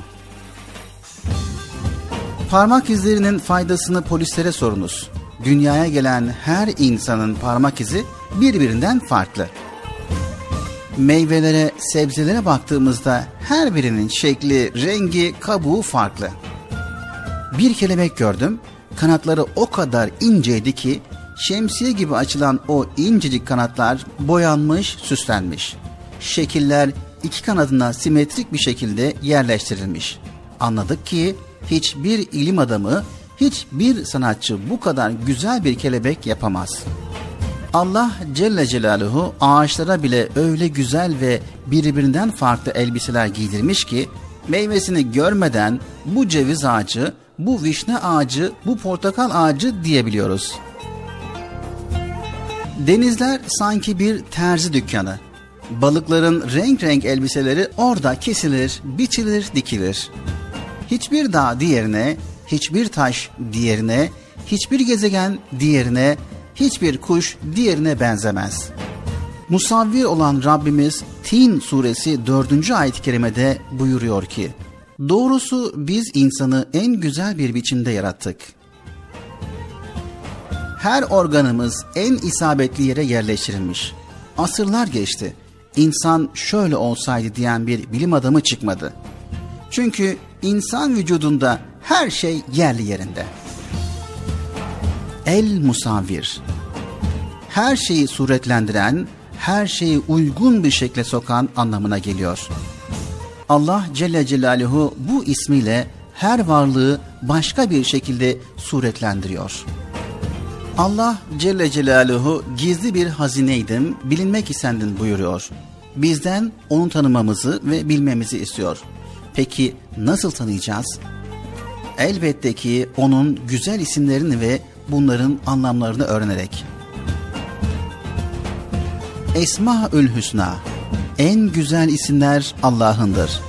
B: Parmak izlerinin faydasını polislere sorunuz. Dünyaya gelen her insanın parmak izi birbirinden farklı. Meyvelere, sebzelere baktığımızda her birinin şekli, rengi, kabuğu farklı. Bir kelebek gördüm, kanatları o kadar inceydi ki şemsiye gibi açılan o incecik kanatlar boyanmış, süslenmiş. Şekiller iki kanadına simetrik bir şekilde yerleştirilmiş. Anladık ki hiçbir ilim adamı, hiçbir sanatçı bu kadar güzel bir kelebek yapamaz. Allah Celle Celaluhu ağaçlara bile öyle güzel ve birbirinden farklı elbiseler giydirmiş ki meyvesini görmeden bu ceviz ağacı, bu vişne ağacı, bu portakal ağacı diyebiliyoruz. Denizler sanki bir terzi dükkanı. Balıkların renk renk elbiseleri orada kesilir, biçilir, dikilir. Hiçbir dağ diğerine, hiçbir taş diğerine, hiçbir gezegen diğerine, hiçbir kuş diğerine benzemez. Musavvir olan Rabbimiz Tin suresi 4. ayet-i kerimede buyuruyor ki, doğrusu biz insanı en güzel bir biçimde yarattık. Her organımız en isabetli yere yerleştirilmiş. Asırlar geçti. İnsan şöyle olsaydı diyen bir bilim adamı çıkmadı. Çünkü insan vücudunda her şey yerli yerinde. El Musavvir. Her şeyi suretlendiren, her şeyi uygun bir şekle sokan anlamına geliyor. Allah Celle Celaluhu bu ismiyle her varlığı başka bir şekilde suretlendiriyor. Allah Celle Celaluhu gizli bir hazineydim, bilinmek istendin buyuruyor. Bizden onu tanımamızı ve bilmemizi istiyor. Peki nasıl tanıyacağız? Elbette ki onun güzel isimlerini ve bunların anlamlarını öğrenerek. Esmaül Hüsna. En güzel isimler Allah'ındır.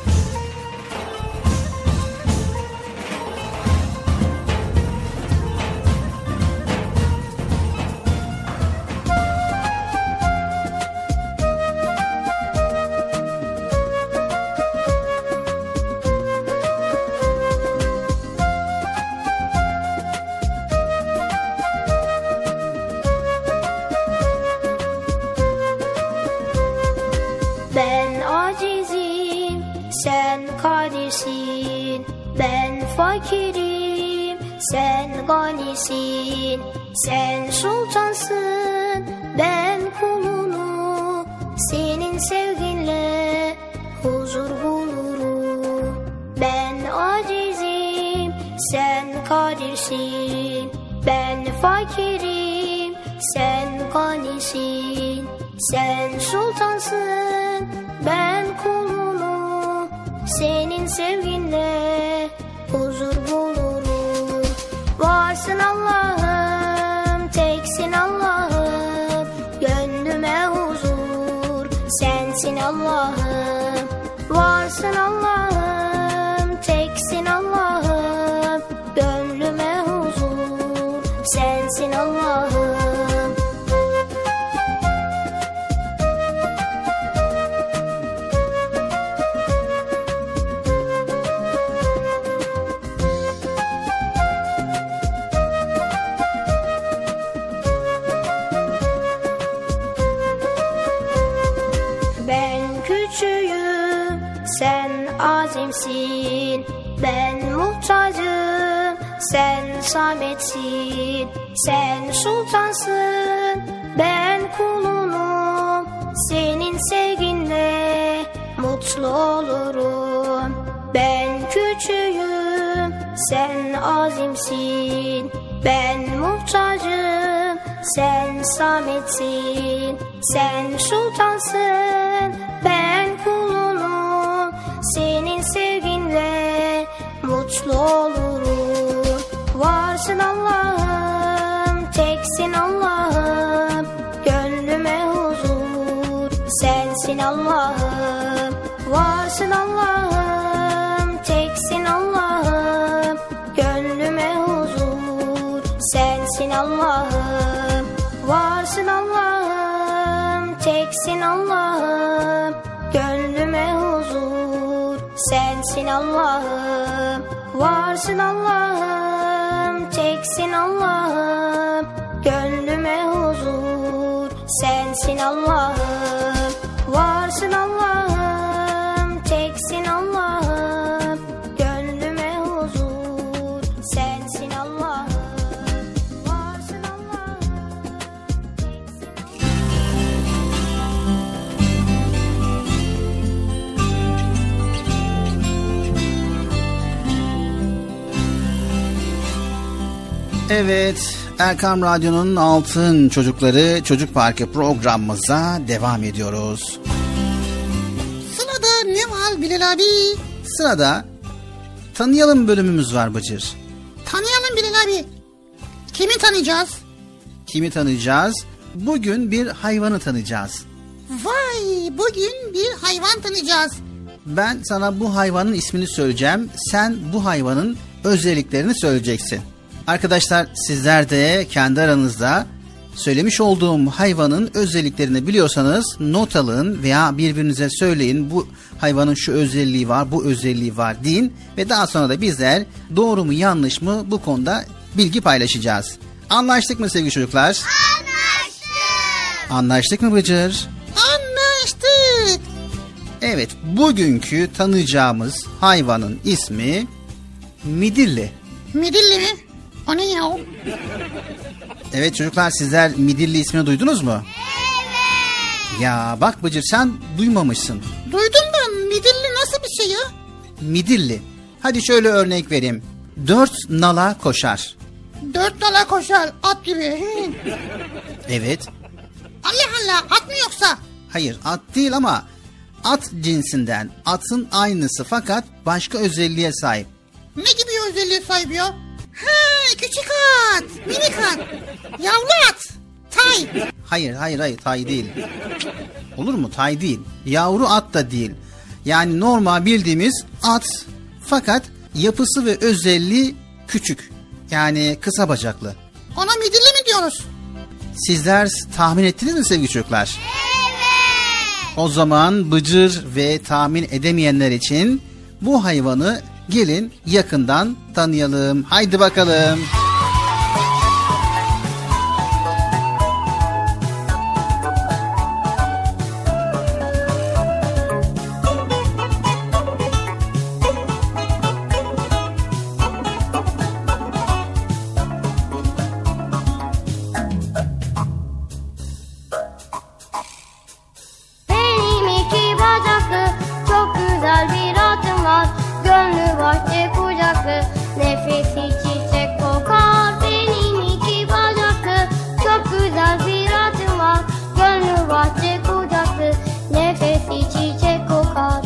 E: Sen sultansın, ben kulunu, senin sevginle huzur bulurum. Ben acizim, sen kadirsin, ben fakirim, sen ganisin. Sen sultansın, ben kulunu, senin sevginle huzur bulurum. Varsın Allah'ım, teksin Allah'ım, gönlüme huzur, sensin Allah'ım. Varsın Allah'ım, teksin Allah'ım, gönlüme huzur, sensin Allah'ım. Azimsin, ben muhtacım, sen sametsin. Sen sultansın, ben kulunum, senin sevginle mutlu olurum. Ben küçüğüm, sen azimsin, ben muhtacım, sen Samet'sin, sen sultansın, ben kulunum, senin sevginle mutlu olurum. Varsın Allah'ım, teksin Allah'ım, gönlüme huzur, sensin Allah'ım. Varsın Allah'ım, teksin Allah'ım, gönlüme huzur, sensin Allah'ım. Varsın Allah'ım, teksin Allah'ım, gönlüme huzur, sensin Allah'ım. Varsın Allah'ım, teksin Allah'ım, gönlüme huzur, sensin Allah'ım. Varsın Allah'ım, teksin Allah'ım, gönlüme huzur, sensin Allah'ım. Varsın Allah'ım, teksin
B: Evet, Erkam Radyo'nun Altın Çocukları Çocuk Parkı programımıza devam ediyoruz.
C: Sırada ne var Bilal abi?
B: Sırada tanıyalım bölümümüz var Bıcır.
C: Tanıyalım Bilal abi. Kimi tanıyacağız?
B: Kimi tanıyacağız? Bugün bir hayvanı tanıyacağız.
C: Vay, bugün bir hayvan tanıyacağız.
B: Ben sana bu hayvanın ismini söyleyeceğim. Sen bu hayvanın özelliklerini söyleyeceksin. Arkadaşlar sizler de kendi aranızda söylemiş olduğum hayvanın özelliklerini biliyorsanız not alın veya birbirinize söyleyin. Bu hayvanın şu özelliği var, bu özelliği var deyin ve daha sonra da bizler doğru mu yanlış mı bu konuda bilgi paylaşacağız. Anlaştık mı sevgili çocuklar?
A: Anlaştık.
B: Anlaştık mı Bıcır?
C: Anlaştık.
B: Evet, bugünkü tanıyacağımız hayvanın ismi midilli.
C: Midilli mi? O ne ya?
B: Evet çocuklar, sizler midilli ismini duydunuz mu? Evet. Ya bak Bıcır, sen duymamışsın.
C: Duydum da midilli nasıl bir şey ya?
B: Midilli. Hadi şöyle örnek vereyim. 4 nala koşar.
C: 4 nala koşar at gibi.
B: Evet.
C: Allah Allah, at mı yoksa?
B: Hayır, at değil ama at cinsinden. Atın aynısı fakat başka özelliğe sahip.
C: Ne gibi özelliğe sahip ya? Ha, küçük at, minik at, yavru at, tay.
B: Hayır, tay değil. Olur mu? Tay değil. Yavru at da değil. Yani normal bildiğimiz at fakat yapısı ve özelliği küçük. Yani kısa bacaklı.
C: Ona midilli mi diyoruz?
B: Sizler tahmin ettiniz mi sevgili çocuklar? Evet. O zaman Bıcır ve tahmin edemeyenler için bu hayvanı gelin yakından tanıyalım. Haydi bakalım.
E: Benim iki bacaklı çok güzel bir atım var. Gönlü bahçe kucaklı, nefesi çiçek kokar. Benim iki bacaklı çok güzel bir atım var. Gönlü bahçe kucaklı, nefesi çiçek kokar.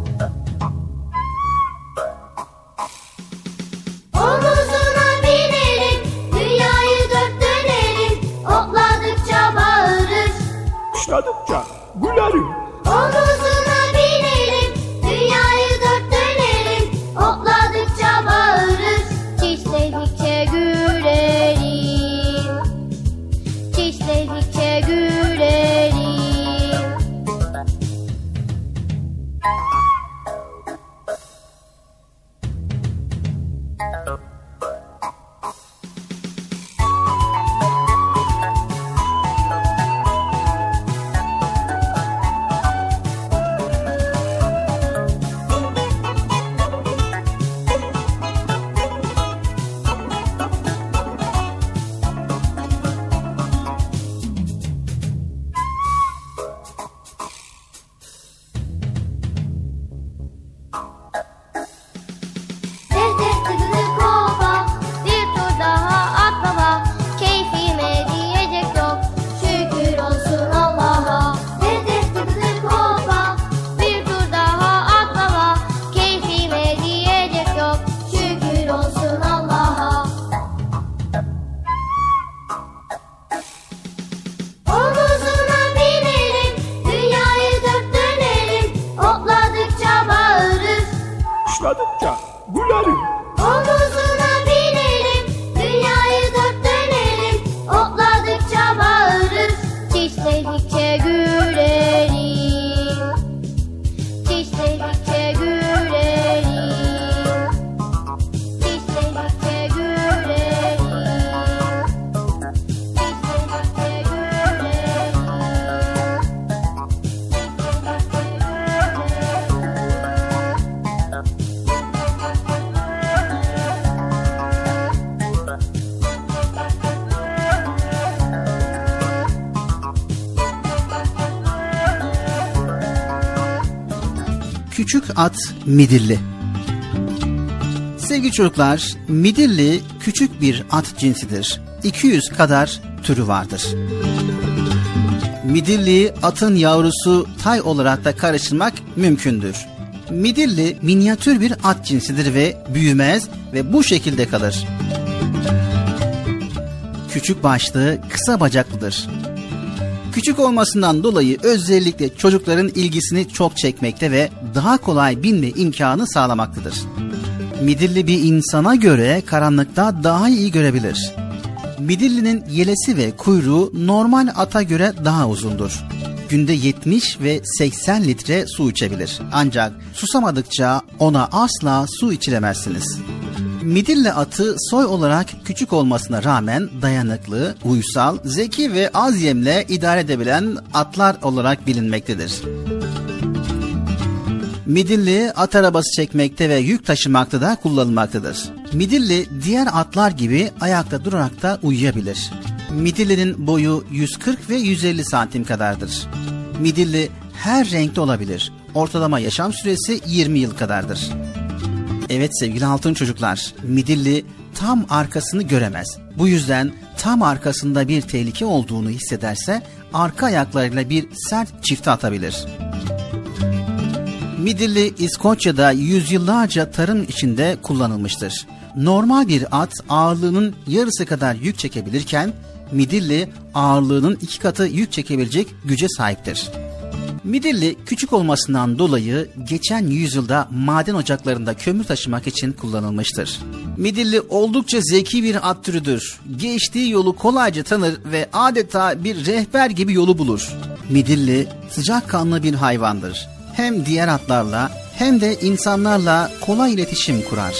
E: Omuzuna binerim, dünyayı dört dönerim. Hopladıkça bağırır,
J: Başladıkça gülerim.
E: omuzuna binerim, dünyayı dört dönerim. Hopladıkça bağırır, çişledikçe gülerim, çişledikçe gülerim.
J: kuşladıkça gülerim.
A: Omuzuna binelim, dünyayı dört dönelim. Hopladıkça bağırır, çişledikçe gülerim. Çişledikçe gülerim. Çişledikçe gülerim. Çişledikçe gülerim.
B: Küçük at midilli. Sevgili çocuklar, midilli küçük bir at cinsidir. 200 kadar türü vardır. Midilli atın yavrusu tay olarak da karıştırmak mümkündür. Midilli minyatür bir at cinsidir ve büyümez ve bu şekilde kalır. Küçük başlı, kısa bacaklıdır. Küçük olmasından dolayı özellikle çocukların ilgisini çok çekmekte ve daha kolay binme imkanı sağlamaktadır. Midilli bir insana göre karanlıkta daha iyi görebilir. Midillinin yelesi ve kuyruğu normal ata göre daha uzundur. Günde 70 ve 80 litre su içebilir. Ancak susamadıkça ona asla su içiremezsiniz. Midilli atı soy olarak küçük olmasına rağmen dayanıklı, uysal, zeki ve az yemle idare edebilen atlar olarak bilinmektedir. Midilli at arabası çekmekte ve yük taşımakta da kullanılmaktadır. Midilli diğer atlar gibi ayakta durarak da uyuyabilir. Midillinin boyu 140 ve 150 santim kadardır. Midilli her renkte olabilir. Ortalama yaşam süresi 20 yıl kadardır. Evet sevgili altın çocuklar, midilli tam arkasını göremez. Bu yüzden tam arkasında bir tehlike olduğunu hissederse arka ayaklarıyla bir sert çifte atabilir. Midilli İskoçya'da yüzyıllarca tarım içinde kullanılmıştır. Normal bir at ağırlığının yarısı kadar yük çekebilirken midilli ağırlığının 2 katı yük çekebilecek güce sahiptir. Midilli küçük olmasından dolayı geçen yüzyılda maden ocaklarında kömür taşımak için kullanılmıştır. Midilli oldukça zeki bir at türüdür. Geçtiği yolu kolayca tanır ve adeta bir rehber gibi yolu bulur. Midilli sıcakkanlı bir hayvandır. Hem diğer atlarla hem de insanlarla kolay iletişim kurar.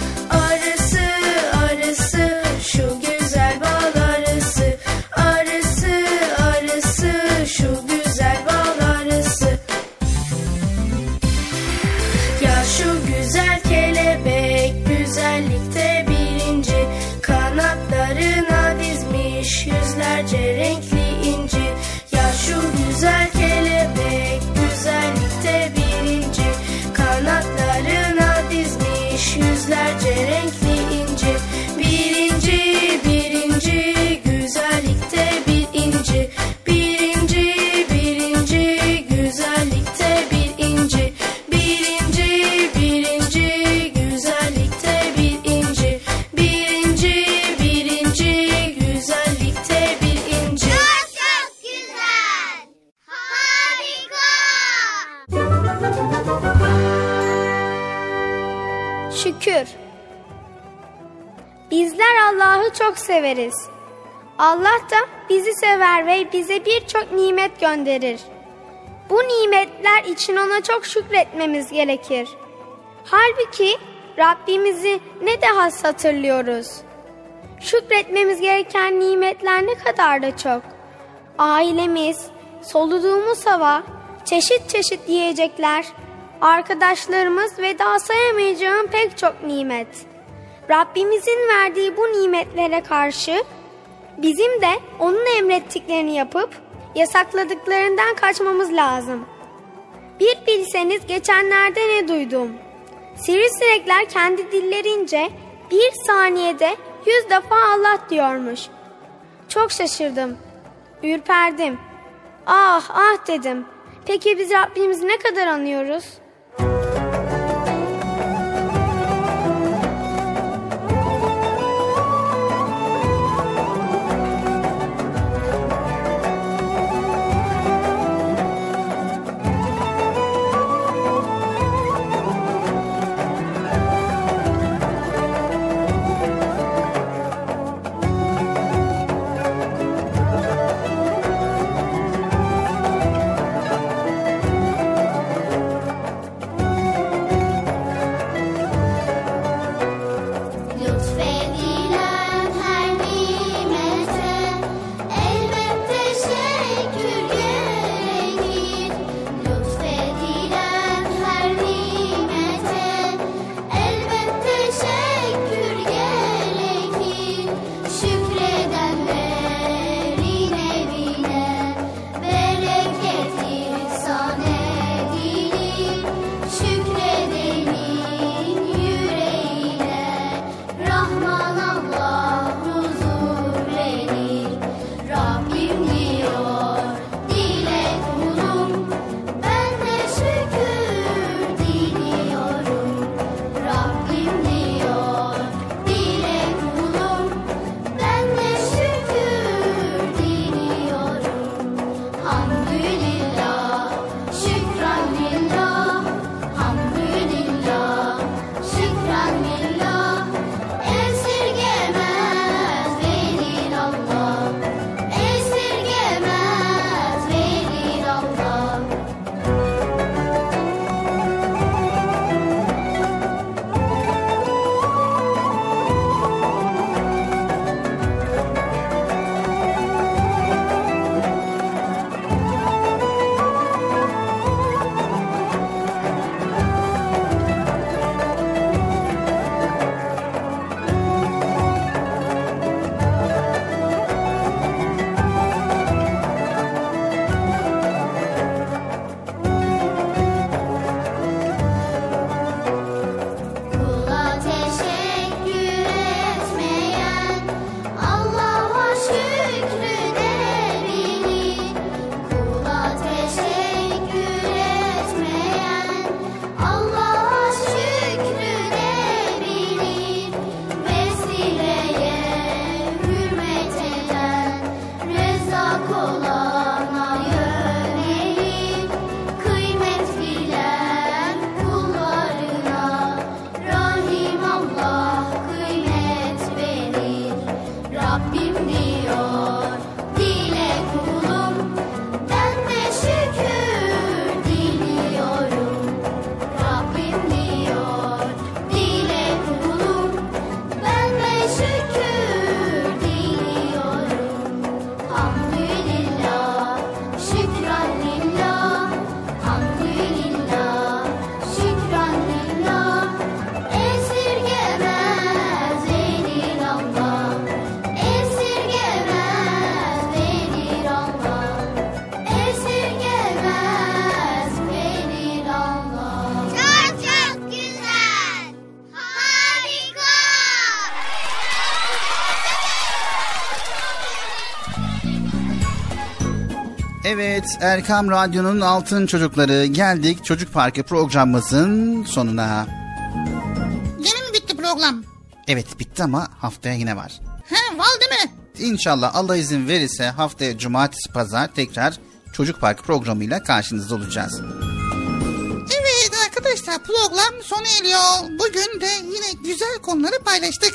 E: Arısı yüzlerce renkli inci. Birinci, birinci, güzellikte bir inci. Birinci, birinci, güzellikte bir inci. Birinci, birinci, güzellikte bir inci. Birinci, birinci, güzellikte bir inci.
A: Çok güzel. Harika.
K: Şükür. Bizler Allah'ı çok severiz. Allah da bizi sever ve bize birçok nimet gönderir. Bu nimetler için ona çok şükretmemiz gerekir. Halbuki Rabbimizi ne de has hatırlıyoruz. Şükretmemiz gereken nimetler ne kadar da çok. Ailemiz, soluduğumuz hava, çeşit çeşit yiyecekler, arkadaşlarımız ve daha sayamayacağım pek çok nimet. Rabbimizin verdiği bu nimetlere karşı bizim de onun emrettiklerini yapıp yasakladıklarından kaçmamız lazım. Bir bilseniz geçenlerde ne duydum? Sivrisinekler kendi dillerince bir saniyede 100 defa Allah diyormuş. Çok şaşırdım, ürperdim. Ah ah dedim. Peki biz Rabbimizi ne kadar anıyoruz?
B: Evet, Erkam Radyo'nun Altın Çocukları, geldik Çocuk Parkı programımızın sonuna.
C: Yine mi bitti program?
B: Evet, bitti ama haftaya yine var.
C: He, var değil mi?
B: İnşallah Allah izin verirse haftaya cumartesi pazar tekrar Çocuk Parkı programıyla karşınızda olacağız.
C: Evet arkadaşlar, program sona eriyor. Bugün de yine güzel konuları paylaştık.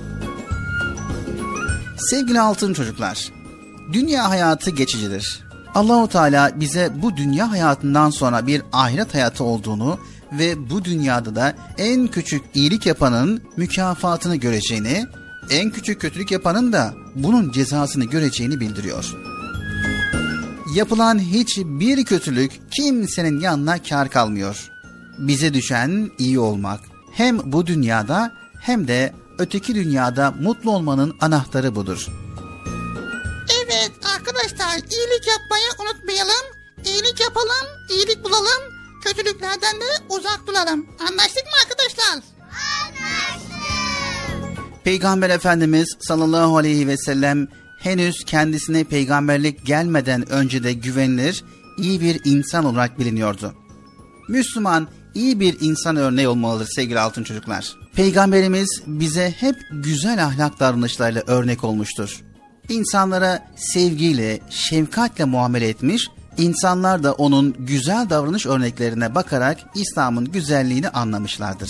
B: Sevgili altın çocuklar, dünya hayatı geçicidir. Allah-u Teala bize bu dünya hayatından sonra bir ahiret hayatı olduğunu ve bu dünyada da en küçük iyilik yapanın mükafatını göreceğini, en küçük kötülük yapanın da bunun cezasını göreceğini bildiriyor. Yapılan hiçbir kötülük kimsenin yanına kâr kalmıyor. Bize düşen iyi olmak, hem bu dünyada hem de öteki dünyada mutlu olmanın anahtarı budur.
C: Evet arkadaşlar, iyilik yapmayı unutmayalım. İyilik yapalım, iyilik bulalım. Kötülüklerden de uzak duralım. Anlaştık mı arkadaşlar?
A: Anlaştık.
B: Peygamber Efendimiz sallallahu aleyhi ve sellem henüz kendisine peygamberlik gelmeden önce de güvenilir, iyi bir insan olarak biliniyordu. Müslüman iyi bir insan örneği olmalıdır sevgili altın çocuklar. Peygamberimiz bize hep güzel ahlak davranışlarıyla örnek olmuştur. İnsanlara sevgiyle, şefkatle muamele etmiş, insanlar da onun güzel davranış örneklerine bakarak İslam'ın güzelliğini anlamışlardır.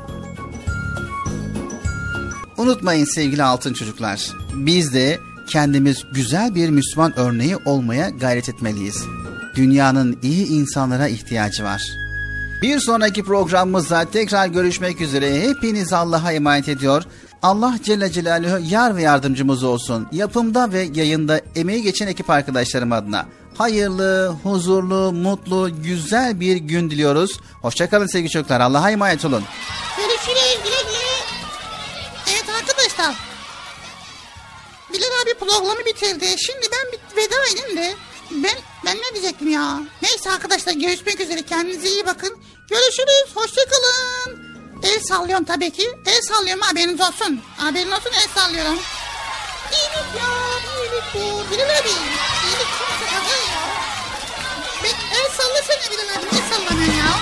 B: Unutmayın sevgili altın çocuklar, biz de kendimiz güzel bir Müslüman örneği olmaya gayret etmeliyiz. Dünyanın iyi insanlara ihtiyacı var. Bir sonraki programımızda tekrar görüşmek üzere. Hepinizi Allah'a emanet ediyor. Allah Celle Celaluhu yar ve yardımcımız olsun. Yapımda ve yayında emeği geçen ekip arkadaşlarım adına hayırlı, huzurlu, mutlu, güzel bir gün diliyoruz. Hoşçakalın sevgili çocuklar. Allah'a emanet olun.
C: Görüşürüz. Güle güle. Evet arkadaşlar, Bilal abi programı bitirdi. Şimdi ben bir veda edeyim de ben ne diyecektim ya? Neyse arkadaşlar, görüşmek üzere. Kendinize iyi bakın. Görüşürüz. Hoşçakalın. El sallıyorum tabii ki. El sallıyorum, haberiniz olsun. Haberin olsun, el sallıyorum. İyilik ya, iyilik bu. Bilal abi, iyilik kimse kadar ya. El sallasana Bilal abi, el sallamıyorsun ya.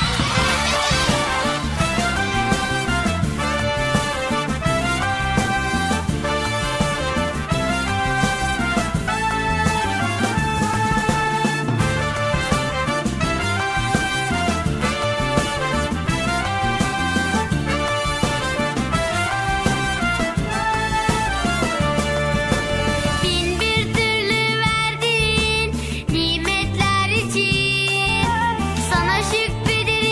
E: Nimetler için sana şükrederim.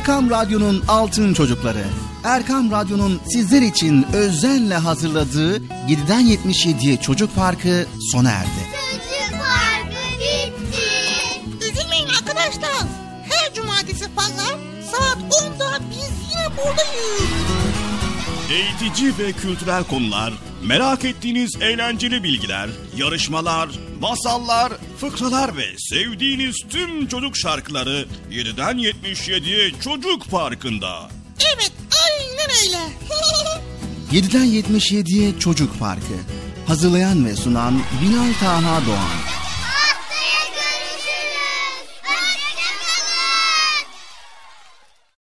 B: Erkam Radyo'nun Altın Çocukları. Erkam Radyo'nun sizler için özenle hazırladığı 7'den 77'ye Çocuk Parkı sona erdi.
A: Çocuk Parkı bitti.
C: Üzülmeyin arkadaşlar. Her cumartesi pazar saat 10'da biz yine buradayız.
F: Eğitici ve kültürel konular, merak ettiğiniz eğlenceli bilgiler, yarışmalar, masallar, fıkralar ve sevdiğiniz tüm çocuk şarkıları 7'den 77'ye Çocuk Parkı'nda.
C: Evet, aynen öyle.
B: 7'den 77'ye Çocuk Parkı. Hazırlayan ve sunan Binal Taha Doğan.